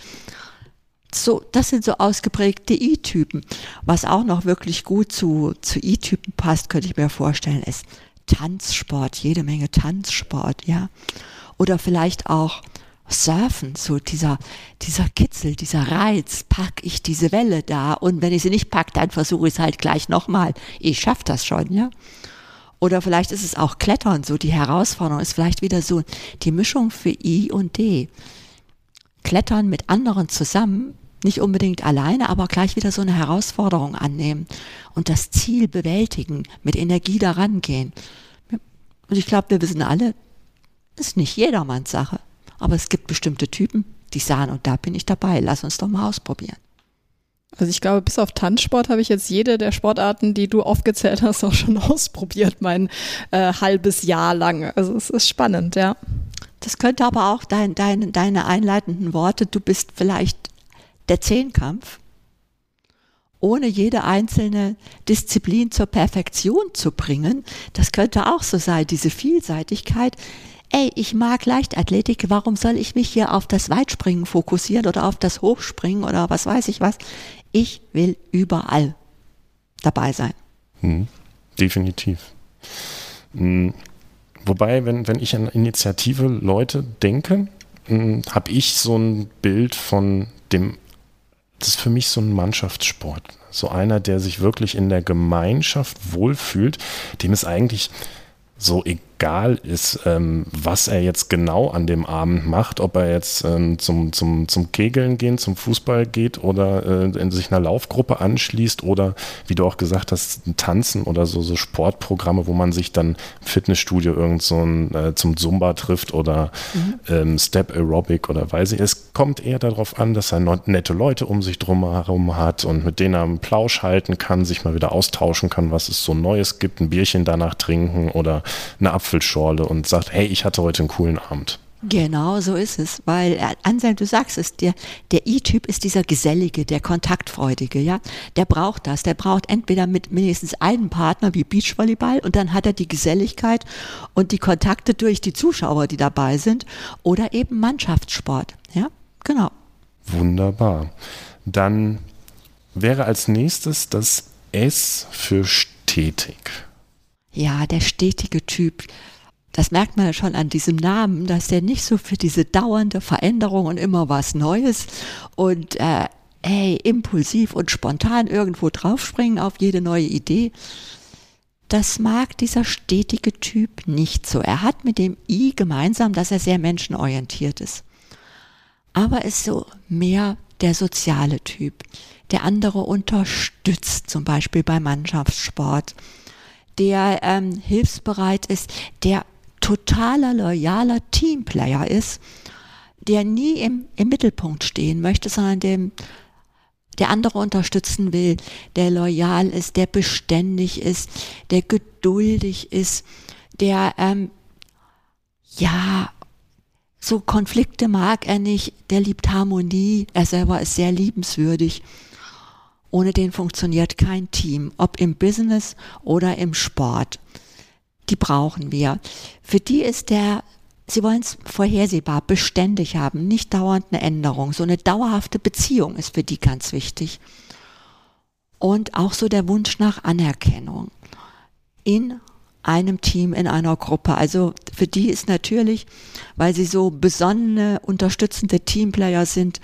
So, das sind so ausgeprägte I-Typen. Was auch noch wirklich gut zu I-Typen passt, könnte ich mir vorstellen, ist Tanzsport, jede Menge Tanzsport, ja. Oder vielleicht auch Surfen, so dieser Kitzel, dieser Reiz, pack ich diese Welle da und wenn ich sie nicht pack, dann versuche ich es halt gleich nochmal. Ich schaffe das schon, ja. Oder vielleicht ist es auch Klettern, so die Herausforderung ist vielleicht wieder so die Mischung für I und D. Klettern mit anderen zusammen, nicht unbedingt alleine, aber gleich wieder so eine Herausforderung annehmen und das Ziel bewältigen, mit Energie daran gehen. Und ich glaube, wir wissen alle, das ist nicht jedermanns Sache. Aber es gibt bestimmte Typen, die sagen, und da bin ich dabei, lass uns doch mal ausprobieren. Also ich glaube, bis auf Tanzsport habe ich jetzt jede der Sportarten, die du aufgezählt hast, auch schon ausprobiert, mein halbes Jahr lang. Also es ist spannend, ja. Das könnte aber auch deine einleitenden Worte, du bist vielleicht der Zehnkampf, ohne jede einzelne Disziplin zur Perfektion zu bringen. Das könnte auch so sein, diese Vielseitigkeit. Ey, ich mag Leichtathletik, warum soll ich mich hier auf das Weitspringen fokussieren oder auf das Hochspringen oder was weiß ich was? Ich will überall dabei sein. Definitiv. Wobei, wenn ich an Initiative Leute denke, habe ich so ein Bild von das ist für mich so ein Mannschaftssport. So einer, der sich wirklich in der Gemeinschaft wohlfühlt, dem es eigentlich so egal ist, was er jetzt genau an dem Abend macht, ob er jetzt zum Kegeln gehen, zum Fußball geht oder in sich einer Laufgruppe anschließt oder, wie du auch gesagt hast, Tanzen oder so Sportprogramme, wo man sich dann im Fitnessstudio zum Zumba trifft oder Step Aerobic oder weiß ich. Es kommt eher darauf an, dass er nette Leute um sich drumherum hat und mit denen er einen Plausch halten kann, sich mal wieder austauschen kann, was es so Neues gibt, ein Bierchen danach trinken oder eine Apfelschorle und sagt, hey, ich hatte heute einen coolen Abend. Genau so ist es, weil Anselm, du sagst es, der I-Typ ist dieser Gesellige, der Kontaktfreudige, ja, der braucht das, der braucht entweder mit mindestens einem Partner wie Beachvolleyball und dann hat er die Geselligkeit und die Kontakte durch die Zuschauer, die dabei sind, oder eben Mannschaftssport, ja, genau. Wunderbar. Dann wäre als nächstes das S für stetig. Ja, der stetige Typ, das merkt man ja schon an diesem Namen, dass der nicht so für diese dauernde Veränderung und immer was Neues und impulsiv und spontan irgendwo draufspringen auf jede neue Idee. Das mag dieser stetige Typ nicht so. Er hat mit dem I gemeinsam, dass er sehr menschenorientiert ist. Aber ist so mehr der soziale Typ, der andere unterstützt, zum Beispiel beim Mannschaftssport, der hilfsbereit ist, der totaler, loyaler Teamplayer ist, der nie im Mittelpunkt stehen möchte, sondern der andere unterstützen will, der loyal ist, der beständig ist, der geduldig ist, der, so Konflikte mag er nicht, der liebt Harmonie, er selber ist sehr liebenswürdig. Ohne den funktioniert kein Team, ob im Business oder im Sport. Die brauchen wir. Für die ist sie wollen es vorhersehbar, beständig haben, nicht dauernd eine Änderung. So eine dauerhafte Beziehung ist für die ganz wichtig. Und auch so der Wunsch nach Anerkennung in einem Team, in einer Gruppe. Also für die ist natürlich, weil sie so besonnene, unterstützende Teamplayer sind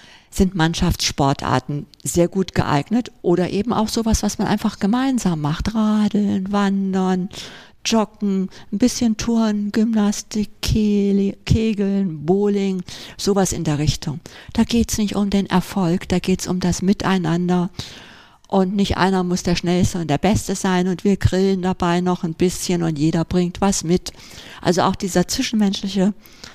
Mannschaftssportarten sehr gut geeignet oder eben auch sowas, was man einfach gemeinsam macht. Radeln, Wandern, Joggen, ein bisschen Turnen, Gymnastik, Kegeln, Bowling, sowas in der Richtung. Da geht's nicht um den Erfolg, da geht's um das Miteinander und nicht einer muss der Schnellste und der Beste sein und wir grillen dabei noch ein bisschen und jeder bringt was mit. Also auch dieser zwischenmenschliche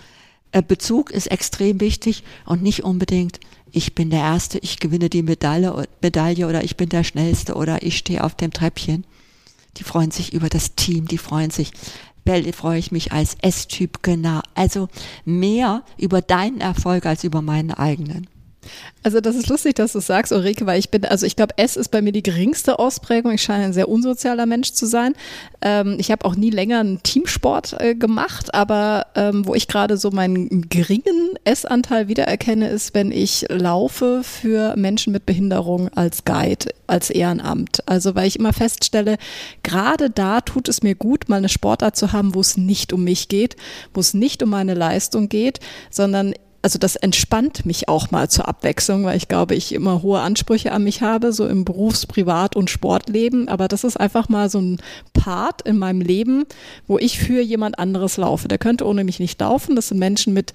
Bezug ist extrem wichtig und nicht unbedingt, ich bin der Erste, ich gewinne die Medaille oder ich bin der Schnellste oder ich stehe auf dem Treppchen. Die freuen sich über das Team, die freuen sich, freue ich mich als S-Typ, genau. Also mehr über deinen Erfolg als über meinen eigenen. Also das ist lustig, dass du es sagst, Ulrike, weil ich glaube, S ist bei mir die geringste Ausprägung. Ich scheine ein sehr unsozialer Mensch zu sein. Ich habe auch nie länger einen Teamsport gemacht, aber wo ich gerade so meinen geringen S-Anteil wiedererkenne, ist, wenn ich laufe für Menschen mit Behinderung als Guide, als Ehrenamt. Also weil ich immer feststelle, gerade da tut es mir gut, mal eine Sportart zu haben, wo es nicht um mich geht, wo es nicht um meine Leistung geht, sondern also das entspannt mich auch mal zur Abwechslung, weil ich glaube, ich immer hohe Ansprüche an mich habe, so im Berufs-, Privat- und Sportleben. Aber das ist einfach mal so ein Part in meinem Leben, wo ich für jemand anderes laufe. Der könnte ohne mich nicht laufen. Das sind Menschen mit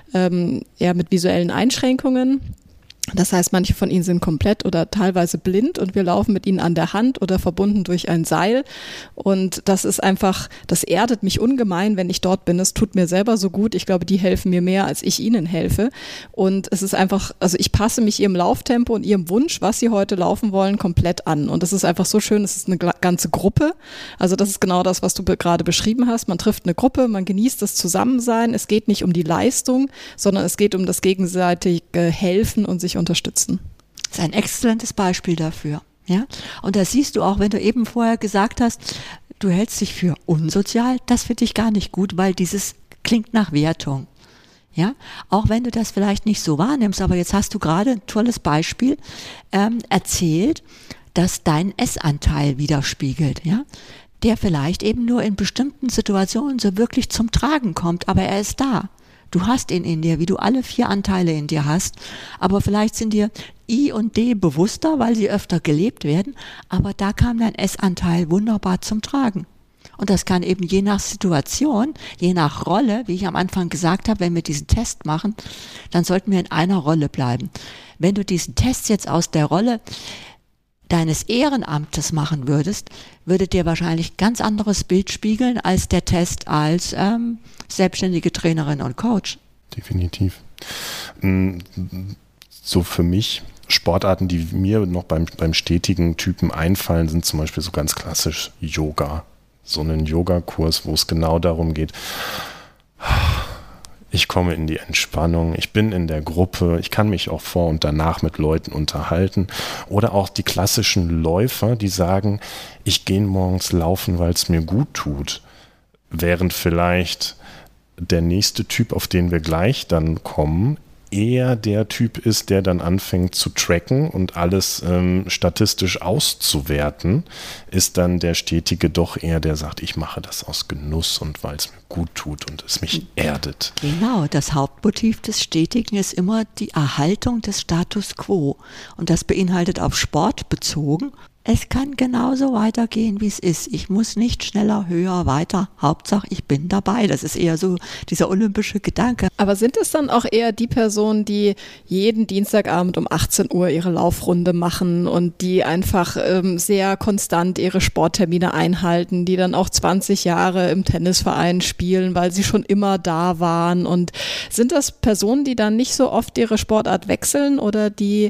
visuellen Einschränkungen. Das heißt, manche von ihnen sind komplett oder teilweise blind und wir laufen mit ihnen an der Hand oder verbunden durch ein Seil. Und das ist einfach, das erdet mich ungemein, wenn ich dort bin. Es tut mir selber so gut. Ich glaube, die helfen mir mehr, als ich ihnen helfe. Und es ist einfach, also ich passe mich ihrem Lauftempo und ihrem Wunsch, was sie heute laufen wollen, komplett an. Und das ist einfach so schön. Es ist eine ganze Gruppe. Also das ist genau das, was du gerade beschrieben hast. Man trifft eine Gruppe, man genießt das Zusammensein. Es geht nicht um die Leistung, sondern es geht um das gegenseitige Helfen und sich unterstützen. Das ist ein exzellentes Beispiel dafür. Ja? Und das siehst du auch, wenn du eben vorher gesagt hast, du hältst dich für unsozial, das finde ich gar nicht gut, weil dieses klingt nach Wertung. Ja? Auch wenn du das vielleicht nicht so wahrnimmst, aber jetzt hast du gerade ein tolles Beispiel erzählt, das deinen S-Anteil widerspiegelt. Ja? Der vielleicht eben nur in bestimmten Situationen so wirklich zum Tragen kommt, aber er ist da. Du hast ihn in dir, wie du alle 4 Anteile in dir hast, aber vielleicht sind dir I und D bewusster, weil sie öfter gelebt werden, aber da kam dein S-Anteil wunderbar zum Tragen. Und das kann eben je nach Situation, je nach Rolle, wie ich am Anfang gesagt habe, wenn wir diesen Test machen, dann sollten wir in einer Rolle bleiben. Wenn du diesen Test jetzt aus der Rolle deines Ehrenamtes machen würdest, würde dir wahrscheinlich ein ganz anderes Bild spiegeln als der Test als selbstständige Trainerin und Coach. Definitiv. So für mich, Sportarten, die mir noch beim stetigen Typen einfallen, sind zum Beispiel so ganz klassisch Yoga. So einen Yogakurs, wo es genau darum geht, ich komme in die Entspannung, ich bin in der Gruppe, ich kann mich auch vor und danach mit Leuten unterhalten. Oder auch die klassischen Läufer, die sagen, ich gehe morgens laufen, weil es mir gut tut. Während vielleicht der nächste Typ, auf den wir gleich dann kommen, eher der Typ ist, der dann anfängt zu tracken und alles statistisch auszuwerten, ist dann der Stetige doch eher, der sagt, ich mache das aus Genuss und weil es mir gut tut und es mich erdet. Genau, das Hauptmotiv des Stetigen ist immer die Erhaltung des Status quo. Und das beinhaltet auf Sport bezogen, es kann genauso weitergehen, wie es ist. Ich muss nicht schneller, höher, weiter. Hauptsache, ich bin dabei. Das ist eher so dieser olympische Gedanke. Aber sind es dann auch eher die Personen, die jeden Dienstagabend um 18 Uhr ihre Laufrunde machen und die einfach sehr konstant ihre Sporttermine einhalten, die dann auch 20 Jahre im Tennisverein spielen, weil sie schon immer da waren? Und sind das Personen, die dann nicht so oft ihre Sportart wechseln oder die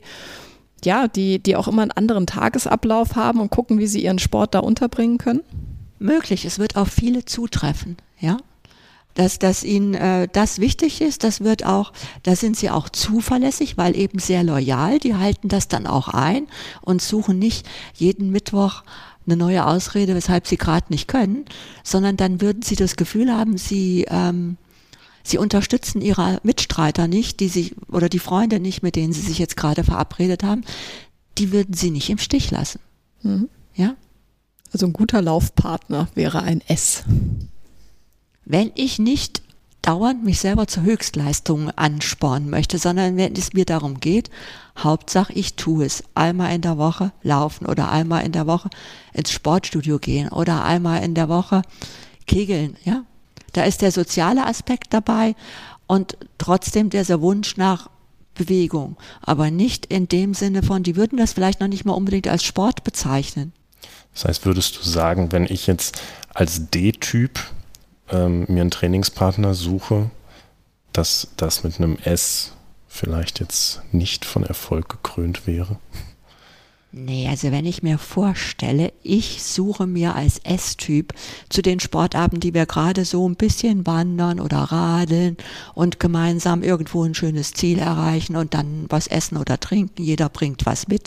auch immer einen anderen Tagesablauf haben und gucken, wie sie ihren Sport da unterbringen können? Möglich, es wird auf viele zutreffen, ja. Dass ihnen das wichtig ist, da sind sie auch zuverlässig, weil eben sehr loyal, die halten das dann auch ein und suchen nicht jeden Mittwoch eine neue Ausrede, weshalb sie gerade nicht können, sondern dann würden sie das Gefühl haben, sie unterstützen ihre Mitstreiter nicht, oder die Freunde nicht, mit denen sie sich jetzt gerade verabredet haben, die würden sie nicht im Stich lassen. Mhm. Ja? Also ein guter Laufpartner wäre ein S. Wenn ich nicht dauernd mich selber zur Höchstleistung anspornen möchte, sondern wenn es mir darum geht, Hauptsache ich tue es. Einmal in der Woche laufen oder einmal in der Woche ins Sportstudio gehen oder einmal in der Woche kegeln, ja? Da ist der soziale Aspekt dabei und trotzdem dieser Wunsch nach Bewegung. Aber nicht in dem Sinne von, die würden das vielleicht noch nicht mal unbedingt als Sport bezeichnen. Das heißt, würdest du sagen, wenn ich jetzt als D-Typ mir einen Trainingspartner suche, dass das mit einem S vielleicht jetzt nicht von Erfolg gekrönt wäre? Nee, also wenn ich mir vorstelle, ich suche mir als S-Typ zu den Sportarten, die wir gerade so ein bisschen wandern oder radeln und gemeinsam irgendwo ein schönes Ziel erreichen und dann was essen oder trinken, jeder bringt was mit.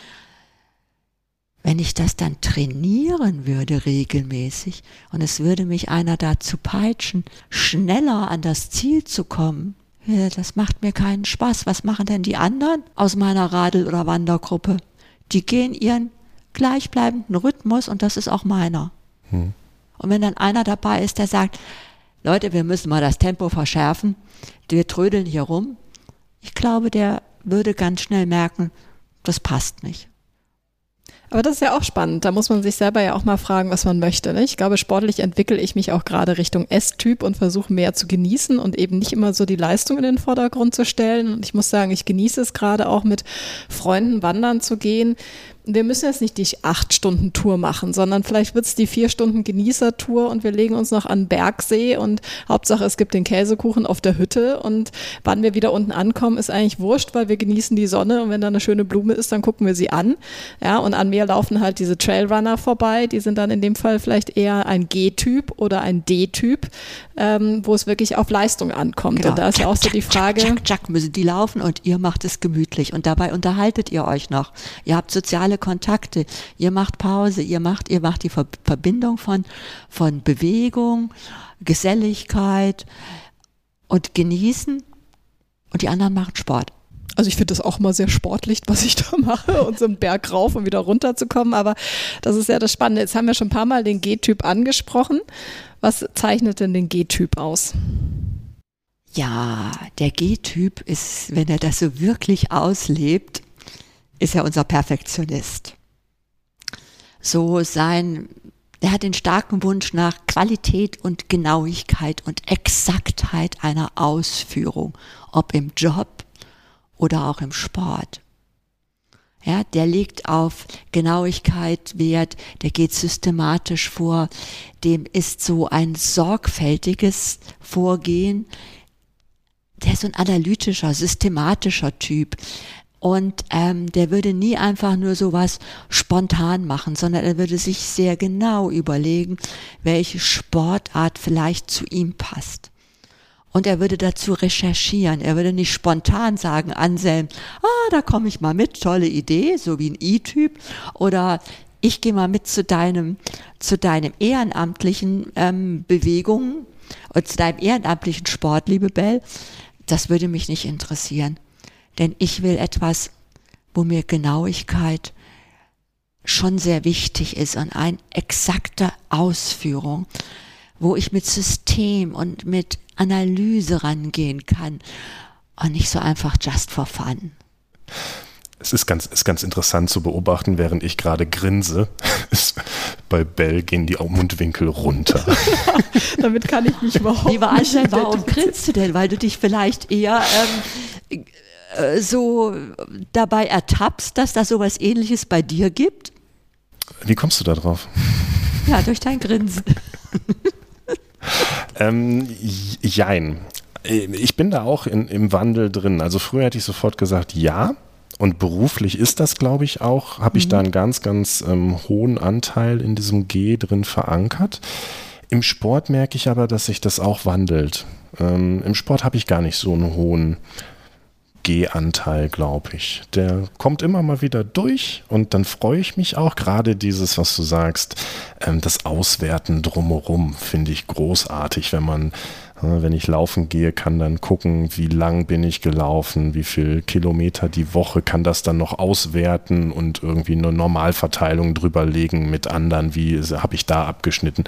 Wenn ich das dann trainieren würde regelmäßig und es würde mich einer dazu peitschen, schneller an das Ziel zu kommen, das macht mir keinen Spaß. Was machen denn die anderen aus meiner Radel- oder Wandergruppe? Die gehen ihren gleichbleibenden Rhythmus und das ist auch meiner. Und wenn dann einer dabei ist, der sagt, Leute, wir müssen mal das Tempo verschärfen, wir trödeln hier rum, ich glaube, der würde ganz schnell merken, das passt nicht. Aber das ist ja auch spannend. Da muss man sich selber ja auch mal fragen, was man möchte. Ne? Ich glaube, sportlich entwickle ich mich auch gerade Richtung S-Typ und versuche mehr zu genießen und eben nicht immer so die Leistung in den Vordergrund zu stellen. Und ich muss sagen, ich genieße es gerade auch mit Freunden wandern zu gehen. Wir müssen jetzt nicht die 8-Stunden-Tour machen, sondern vielleicht wird es die 4-Stunden-Genießer-Tour und wir legen uns noch an den Bergsee und Hauptsache es gibt den Käsekuchen auf der Hütte und wann wir wieder unten ankommen, ist eigentlich wurscht, weil wir genießen die Sonne und wenn da eine schöne Blume ist, dann gucken wir sie an. Ja, und an mir laufen halt diese Trailrunner vorbei, die sind dann in dem Fall vielleicht eher ein G-Typ oder ein D-Typ, wo es wirklich auf Leistung ankommt. Genau. Und da ist ja auch so die Frage, müssen die laufen und ihr macht es gemütlich und dabei unterhaltet ihr euch noch. Ihr habt soziale Kontakte, ihr macht Pause, ihr macht die Verbindung von Bewegung, Geselligkeit und Genießen und die anderen machen Sport. Also ich finde das auch mal sehr sportlich, was ich da mache und so einen Berg rauf und wieder runter zu kommen, aber das ist ja das Spannende. Jetzt haben wir schon ein paar Mal den G-Typ angesprochen. Was zeichnet denn den G-Typ aus? Ja, der G-Typ ist, wenn er das so wirklich auslebt, ist er unser Perfektionist. Der hat den starken Wunsch nach Qualität und Genauigkeit und Exaktheit einer Ausführung, ob im Job oder auch im Sport. Ja, der legt auf Genauigkeit Wert, der geht systematisch vor, dem ist so ein sorgfältiges Vorgehen. Der ist so ein analytischer, systematischer Typ. Und der würde nie einfach nur sowas spontan machen, sondern er würde sich sehr genau überlegen, welche Sportart vielleicht zu ihm passt. Und er würde dazu recherchieren. Er würde nicht spontan sagen, Anselm, da komme ich mal mit, tolle Idee, so wie ein I-Typ. Oder ich gehe mal mit zu deinem ehrenamtlichen Bewegungen und zu deinem ehrenamtlichen Sport, liebe Bell. Das würde mich nicht interessieren. Denn ich will etwas, wo mir Genauigkeit schon sehr wichtig ist und eine exakte Ausführung, wo ich mit System und mit Analyse rangehen kann und nicht so einfach just for fun. Es ist ganz interessant zu beobachten, während ich gerade grinse. Bei Bell gehen die Mundwinkel runter. Damit kann ich mich überhaupt nicht. Lieber Anselm, warum grinst du denn? Weil du dich vielleicht eher so dabei ertappst, dass da sowas Ähnliches bei dir gibt? Wie kommst du da drauf? Ja, durch dein Grinsen. Jein. Ich bin da auch im Wandel drin. Also früher hätte ich sofort gesagt, ja. Und beruflich ist das, glaube ich, auch, habe ich da einen ganz, ganz hohen Anteil in diesem G drin verankert. Im Sport merke ich aber, dass sich das auch wandelt. Im Sport habe ich gar nicht so einen hohen G-Anteil, glaube ich. Der kommt immer mal wieder durch und dann freue ich mich auch. Gerade dieses, was du sagst, das Auswerten drumherum finde ich großartig, wenn ich laufen gehe, kann dann gucken, wie lang bin ich gelaufen, wie viel Kilometer die Woche, kann das dann noch auswerten und irgendwie eine Normalverteilung drüberlegen mit anderen, wie habe ich da abgeschnitten.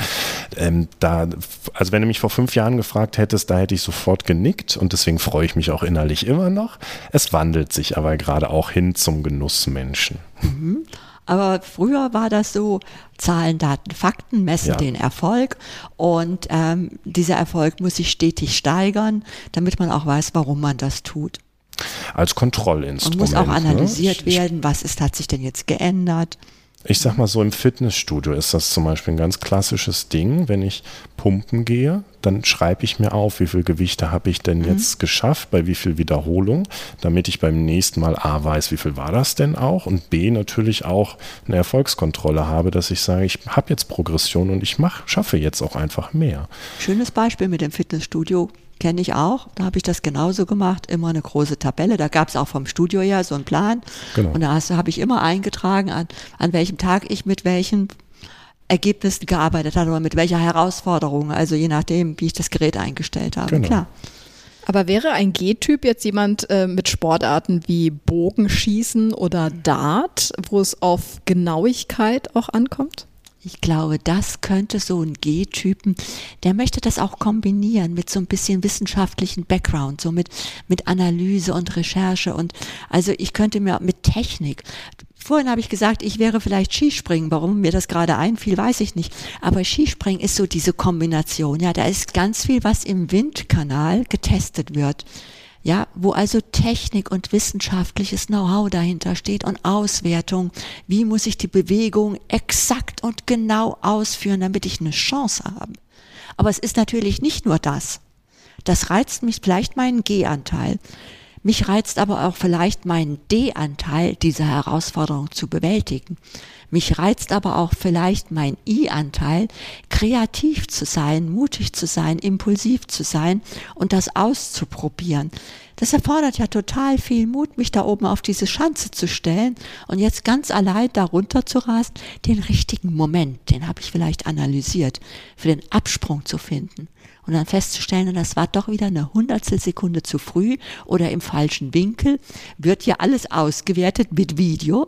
Also wenn du mich vor 5 Jahren gefragt hättest, da hätte ich sofort genickt und deswegen freue ich mich auch innerlich immer noch. Es wandelt sich aber gerade auch hin zum Genussmenschen. Mhm. Aber früher war das so, Zahlen, Daten, Fakten messen den Erfolg und dieser Erfolg muss sich stetig steigern, damit man auch weiß, warum man das tut. Als Kontrollinstrument. Und muss auch analysiert werden, hat sich denn jetzt geändert. Ich sag mal so, im Fitnessstudio ist das zum Beispiel ein ganz klassisches Ding. Wenn ich pumpen gehe, dann schreibe ich mir auf, wie viel Gewichte habe ich denn jetzt geschafft, bei wie viel Wiederholung, damit ich beim nächsten Mal A weiß, wie viel war das denn auch und B natürlich auch eine Erfolgskontrolle habe, dass ich sage, ich habe jetzt Progression und ich schaffe jetzt auch einfach mehr. Schönes Beispiel mit dem Fitnessstudio. Kenne ich auch, da habe ich das genauso gemacht, immer eine große Tabelle, da gab es auch vom Studio her so einen Plan und da habe ich immer eingetragen, an welchem Tag ich mit welchen Ergebnissen gearbeitet habe oder mit welcher Herausforderung, also je nachdem, wie ich das Gerät eingestellt habe, klar. Aber wäre ein G-Typ jetzt jemand mit Sportarten wie Bogenschießen oder Dart, wo es auf Genauigkeit auch ankommt? Ich glaube, das könnte so ein G-Typen, der möchte das auch kombinieren mit so ein bisschen wissenschaftlichen Background, so mit Analyse und Recherche und also ich könnte mir mit Technik, vorhin habe ich gesagt, ich wäre vielleicht Skispringen, warum mir das gerade einfiel, weiß ich nicht, aber Skispringen ist so diese Kombination, ja, da ist ganz viel, was im Windkanal getestet wird. Ja, wo also Technik und wissenschaftliches Know-how dahinter steht und Auswertung. Wie muss ich die Bewegung exakt und genau ausführen, damit ich eine Chance habe? Aber es ist natürlich nicht nur das. Das reizt mich vielleicht meinen G-Anteil. Mich reizt aber auch vielleicht meinen D-Anteil, diese Herausforderung zu bewältigen. Mich reizt aber auch vielleicht mein I-Anteil, kreativ zu sein, mutig zu sein, impulsiv zu sein und das auszuprobieren. Das erfordert ja total viel Mut, mich da oben auf diese Schanze zu stellen und jetzt ganz allein da runter zu rasen, den richtigen Moment, den habe ich vielleicht analysiert, für den Absprung zu finden. Und dann festzustellen, das war doch wieder eine Hundertstelsekunde zu früh oder im falschen Winkel, wird ja alles ausgewertet mit Video,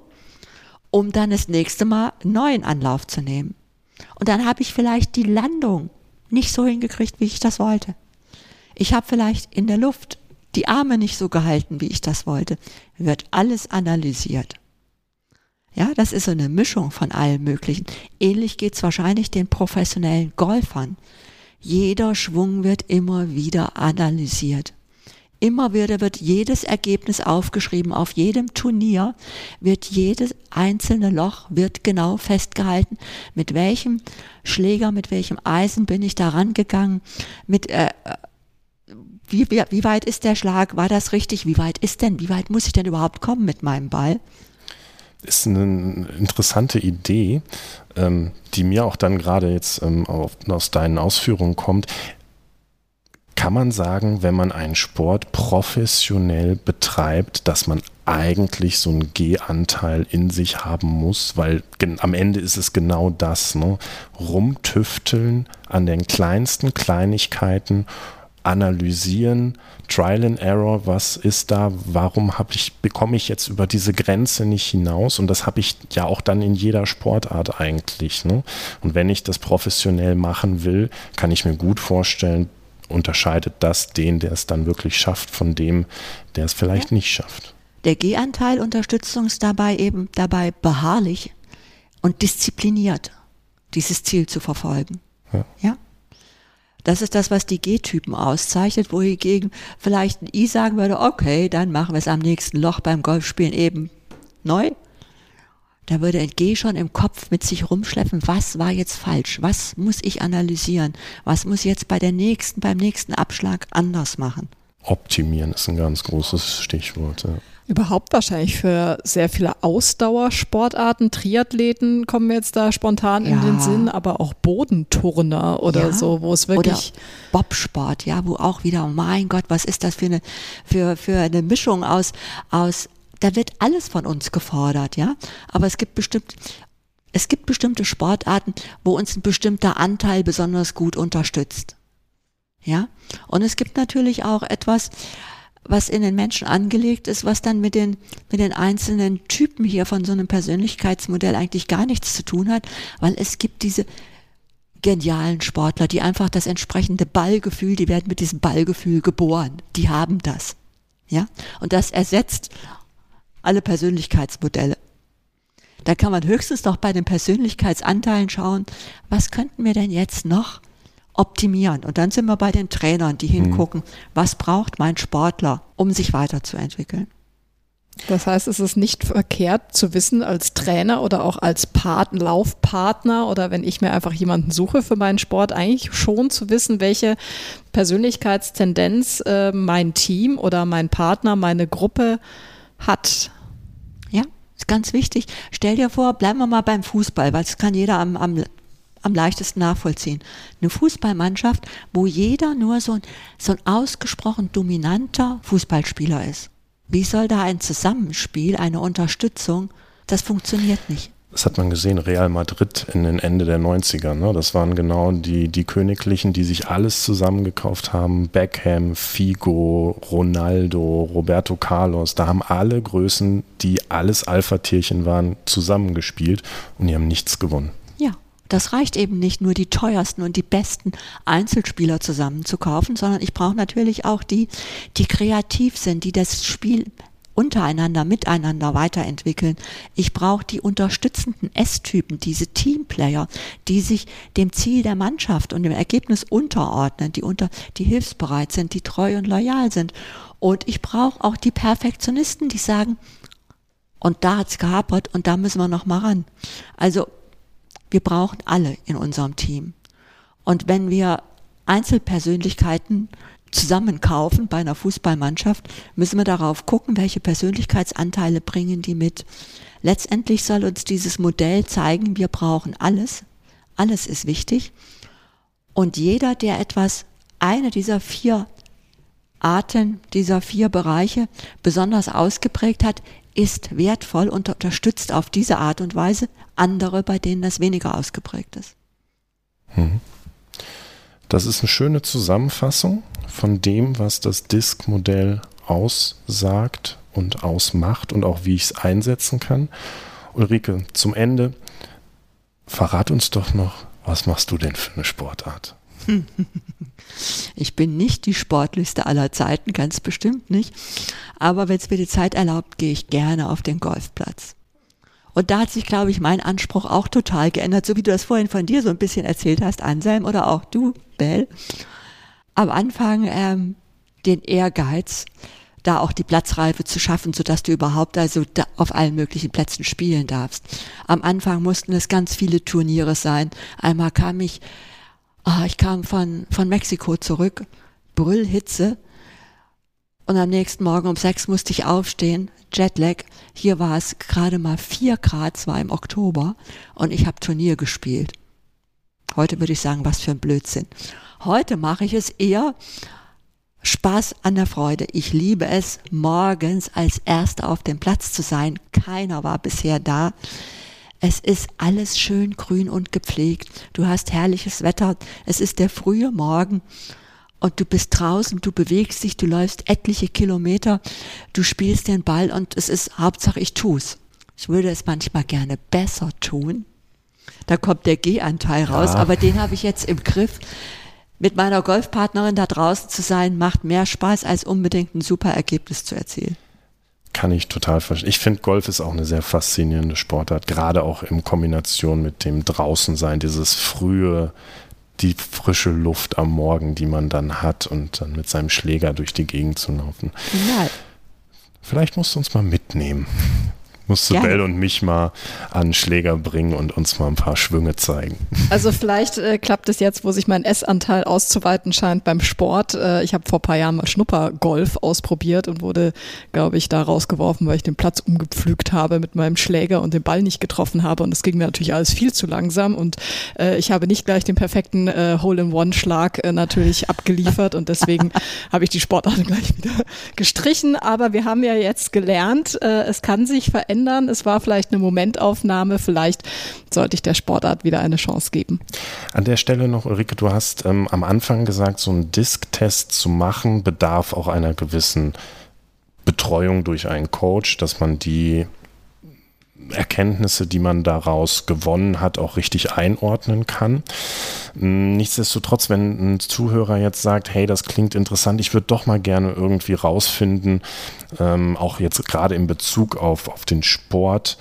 um dann das nächste Mal einen neuen Anlauf zu nehmen. Und dann habe ich vielleicht die Landung nicht so hingekriegt, wie ich das wollte. Ich habe vielleicht in der Luft die Arme nicht so gehalten, wie ich das wollte. Wird alles analysiert. Ja, das ist so eine Mischung von allem Möglichen. Ähnlich geht es wahrscheinlich den professionellen Golfern. Jeder Schwung wird immer wieder analysiert. Immer wieder wird jedes Ergebnis aufgeschrieben, auf jedem Turnier wird jedes einzelne Loch wird genau festgehalten, mit welchem Schläger, mit welchem Eisen bin ich da rangegangen, wie weit ist der Schlag, war das richtig, wie weit muss ich denn überhaupt kommen mit meinem Ball? Ist eine interessante Idee, die mir auch dann gerade jetzt aus deinen Ausführungen kommt. Kann man sagen, wenn man einen Sport professionell betreibt, dass man eigentlich so einen G-Anteil in sich haben muss, weil am Ende ist es genau das, ne? Rumtüfteln an den kleinsten Kleinigkeiten, analysieren, Trial and Error, was ist da, warum bekomme ich jetzt über diese Grenze nicht hinaus, und das habe ich ja auch dann in jeder Sportart eigentlich, ne? Und wenn ich das professionell machen will, kann ich mir gut vorstellen, unterscheidet das den, der es dann wirklich schafft, von dem, der es vielleicht nicht schafft. Der G-Anteil unterstützt uns dabei beharrlich und diszipliniert dieses Ziel zu verfolgen. Ja? Das ist das, was die G-Typen auszeichnet, wohingegen vielleicht ein I sagen würde, okay, dann machen wir es am nächsten Loch beim Golfspielen eben neu. Da würde ein G schon im Kopf mit sich rumschleppen, was war jetzt falsch, was muss ich analysieren, was muss ich jetzt beim nächsten Abschlag anders machen. Optimieren ist ein ganz großes Stichwort. Ja. Überhaupt wahrscheinlich für sehr viele Ausdauersportarten, Triathleten kommen mir jetzt da spontan in den Sinn, aber auch Bodenturner oder so, wo es wirklich... Oder Bobsport, ja, wo auch wieder, mein Gott, was ist das für eine Mischung aus da wird alles von uns gefordert, ja, aber es gibt bestimmte Sportarten, wo uns ein bestimmter Anteil besonders gut unterstützt, ja, und es gibt natürlich auch etwas, was in den Menschen angelegt ist, was dann mit den einzelnen Typen hier von so einem Persönlichkeitsmodell eigentlich gar nichts zu tun hat, weil es gibt diese genialen Sportler, die einfach das entsprechende Ballgefühl, die werden mit diesem Ballgefühl geboren, die haben das, ja, und das ersetzt alle Persönlichkeitsmodelle. Da kann man höchstens noch bei den Persönlichkeitsanteilen schauen, was könnten wir denn jetzt noch optimieren? Und dann sind wir bei den Trainern, die hingucken, was braucht mein Sportler, um sich weiterzuentwickeln. Das heißt, es ist nicht verkehrt zu wissen als Trainer oder auch als Laufpartner oder wenn ich mir einfach jemanden suche für meinen Sport, eigentlich schon zu wissen, welche Persönlichkeitstendenz mein Team oder mein Partner, meine Gruppe hat. Ja, ist ganz wichtig. Stell dir vor, bleiben wir mal beim Fußball, weil das kann jeder am leichtesten nachvollziehen. Eine Fußballmannschaft, wo jeder nur so ein ausgesprochen dominanter Fußballspieler ist. Wie soll da ein Zusammenspiel, eine Unterstützung, das funktioniert nicht. Das hat man gesehen, Real Madrid in den Ende der 90er. Ne? Das waren genau die Königlichen, die sich alles zusammengekauft haben. Beckham, Figo, Ronaldo, Roberto Carlos. Da haben alle Größen, die alles Alpha-Tierchen waren, zusammengespielt und die haben nichts gewonnen. Ja, das reicht eben nicht nur die teuersten und die besten Einzelspieler zusammenzukaufen, sondern ich brauche natürlich auch die kreativ sind, die das Spiel untereinander, miteinander weiterentwickeln. Ich brauche die unterstützenden S-Typen, diese Teamplayer, die sich dem Ziel der Mannschaft und dem Ergebnis unterordnen, die hilfsbereit sind, die treu und loyal sind. Und ich brauche auch die Perfektionisten, die sagen, und da hat's gehapert und da müssen wir noch mal ran. Also wir brauchen alle in unserem Team. Und wenn wir Einzelpersönlichkeiten zusammenkaufen bei einer Fußballmannschaft, müssen wir darauf gucken, welche Persönlichkeitsanteile bringen die mit. Letztendlich soll uns dieses Modell zeigen, wir brauchen alles. Alles ist wichtig. Und jeder, der eine dieser 4 Arten, dieser 4 Bereiche besonders ausgeprägt hat, ist wertvoll und unterstützt auf diese Art und Weise andere, bei denen das weniger ausgeprägt ist. Das ist eine schöne Zusammenfassung von dem, was das DISC-Modell aussagt und ausmacht und auch wie ich es einsetzen kann. Ulrike, zum Ende, verrat uns doch noch, was machst du denn für eine Sportart? Ich bin nicht die sportlichste aller Zeiten, ganz bestimmt nicht. Aber wenn es mir die Zeit erlaubt, gehe ich gerne auf den Golfplatz. Und da hat sich, glaube ich, mein Anspruch auch total geändert, so wie du das vorhin von dir so ein bisschen erzählt hast, Anselm, oder auch du, Bell. Am Anfang den Ehrgeiz, da auch die Platzreife zu schaffen, sodass du überhaupt also auf allen möglichen Plätzen spielen darfst. Am Anfang mussten es ganz viele Turniere sein. Einmal kam ich kam von Mexiko zurück, Brüllhitze, und am nächsten Morgen um 6 musste ich aufstehen, Jetlag. Hier war es gerade mal 4 Grad, es war im Oktober, und ich habe Turnier gespielt. Heute würde ich sagen, was für ein Blödsinn. Heute mache ich es eher Spaß an der Freude. Ich liebe es, morgens als Erster auf dem Platz zu sein. Keiner war bisher da. Es ist alles schön grün und gepflegt. Du hast herrliches Wetter. Es ist der frühe Morgen und du bist draußen, du bewegst dich, du läufst etliche Kilometer, du spielst den Ball und es ist Hauptsache, ich tu's. Ich würde es manchmal gerne besser tun. Da kommt der G-Anteil raus, aber den habe ich jetzt im Griff. Mit meiner Golfpartnerin da draußen zu sein, macht mehr Spaß, als unbedingt ein super Ergebnis zu erzielen. Kann ich total verstehen. Ich finde, Golf ist auch eine sehr faszinierende Sportart, gerade auch in Kombination mit dem Draußensein, dieses frühe, die frische Luft am Morgen, die man dann hat und dann mit seinem Schläger durch die Gegend zu laufen. Ja. Vielleicht musst du uns mal mitnehmen. Musst du Bell und mich mal an den Schläger bringen und uns mal ein paar Schwünge zeigen. Also vielleicht klappt es jetzt, wo sich mein Essanteil auszuweiten scheint beim Sport. Ich habe vor ein paar Jahren mal Schnuppergolf ausprobiert und wurde, glaube ich, da rausgeworfen, weil ich den Platz umgepflügt habe mit meinem Schläger und den Ball nicht getroffen habe. Und das ging mir natürlich alles viel zu langsam. Und ich habe nicht gleich den perfekten Hole-in-One-Schlag natürlich abgeliefert. Und deswegen habe ich die Sportart gleich wieder gestrichen. Aber wir haben ja jetzt gelernt, es kann sich verändern. Es war vielleicht eine Momentaufnahme, vielleicht sollte ich der Sportart wieder eine Chance geben. An der Stelle noch, Ulrike, du hast am Anfang gesagt, so einen Disc-Test zu machen, bedarf auch einer gewissen Betreuung durch einen Coach, dass man die Erkenntnisse, die man daraus gewonnen hat, auch richtig einordnen kann. Nichtsdestotrotz, wenn ein Zuhörer jetzt sagt, hey, das klingt interessant, ich würde doch mal gerne irgendwie rausfinden, auch jetzt gerade in Bezug auf den Sport,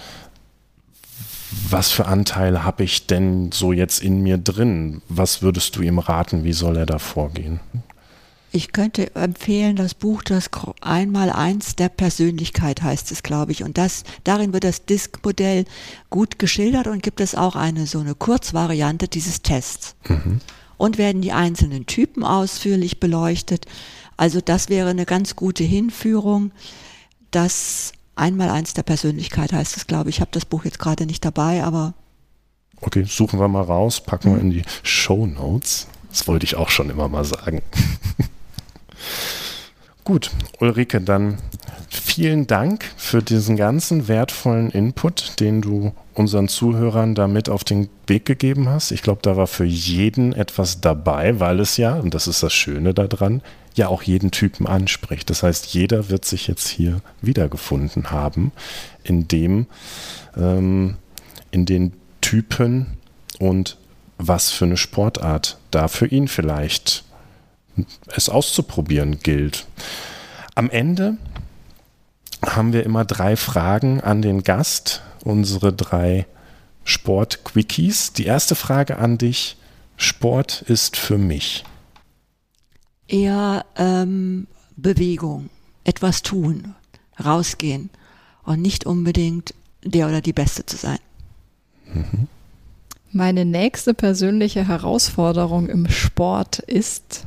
was für Anteile habe ich denn so jetzt in mir drin? Was würdest du ihm raten? Wie soll er da vorgehen? Ich könnte empfehlen, das Buch, das 1x1 der Persönlichkeit heißt es, glaube ich. Und darin wird das DISC-Modell gut geschildert und gibt es auch so eine Kurzvariante dieses Tests. Mhm. Und werden die einzelnen Typen ausführlich beleuchtet. Also das wäre eine ganz gute Hinführung. Das 1x1 der Persönlichkeit heißt es, glaube ich. Ich habe das Buch jetzt gerade nicht dabei, aber... Okay, suchen wir mal raus, packen wir in die Shownotes. Das wollte ich auch schon immer mal sagen. Gut, Ulrike, dann vielen Dank für diesen ganzen wertvollen Input, den du unseren Zuhörern damit auf den Weg gegeben hast. Ich glaube, da war für jeden etwas dabei, weil es ja, und das ist das Schöne daran, ja auch jeden Typen anspricht. Das heißt, jeder wird sich jetzt hier wiedergefunden haben, in den Typen und was für eine Sportart da für ihn vielleicht es auszuprobieren gilt. Am Ende haben wir immer 3 Fragen an den Gast, unsere 3 Sport-Quickies. Die erste Frage an dich: Sport ist für mich? Eher Bewegung, etwas tun, rausgehen und nicht unbedingt der oder die Beste zu sein. Mhm. Meine nächste persönliche Herausforderung im Sport ist?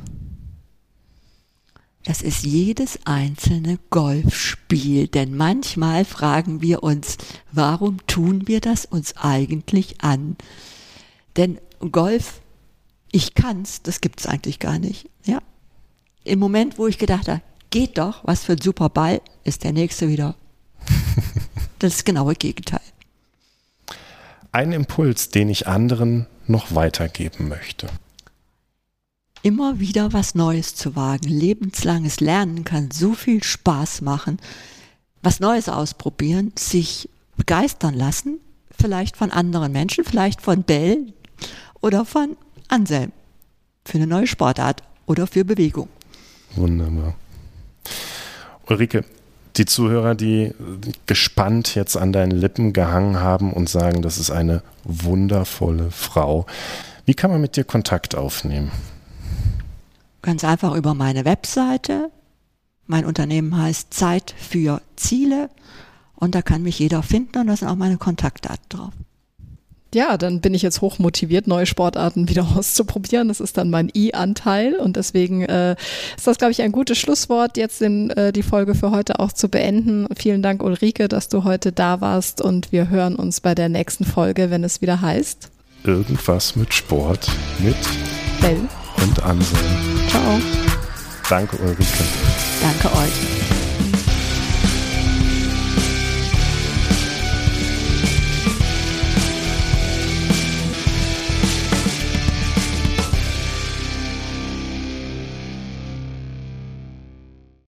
Das ist jedes einzelne Golfspiel, denn manchmal fragen wir uns, warum tun wir das uns eigentlich an? Denn Golf, ich kann's, das gibt's eigentlich gar nicht. Ja. Im Moment, wo ich gedacht habe, geht doch, was für ein super Ball, ist der nächste wieder. Das ist das genaue Gegenteil. Ein Impuls, den ich anderen noch weitergeben möchte. Immer wieder was Neues zu wagen. Lebenslanges Lernen kann so viel Spaß machen. Was Neues ausprobieren, sich begeistern lassen, vielleicht von anderen Menschen, vielleicht von Bell oder von Anselm. für eine neue Sportart oder für Bewegung. Wunderbar. Ulrike, die Zuhörer, die gespannt jetzt an deinen Lippen gehangen haben und sagen, das ist eine wundervolle Frau. Wie kann man mit dir Kontakt aufnehmen? Ganz einfach über meine Webseite. Mein Unternehmen heißt Zeit für Ziele und da kann mich jeder finden und da sind auch meine Kontaktdaten drauf. Ja, dann bin ich jetzt hoch motiviert, neue Sportarten wieder auszuprobieren. Das ist dann mein I-Anteil und deswegen ist das, glaube ich, ein gutes Schlusswort, jetzt die Folge für heute auch zu beenden. Vielen Dank, Ulrike, dass du heute da warst und wir hören uns bei der nächsten Folge, wenn es wieder heißt Irgendwas mit Sport mit Bell und Anselm. Ciao. Danke, Ulrike. Danke euch.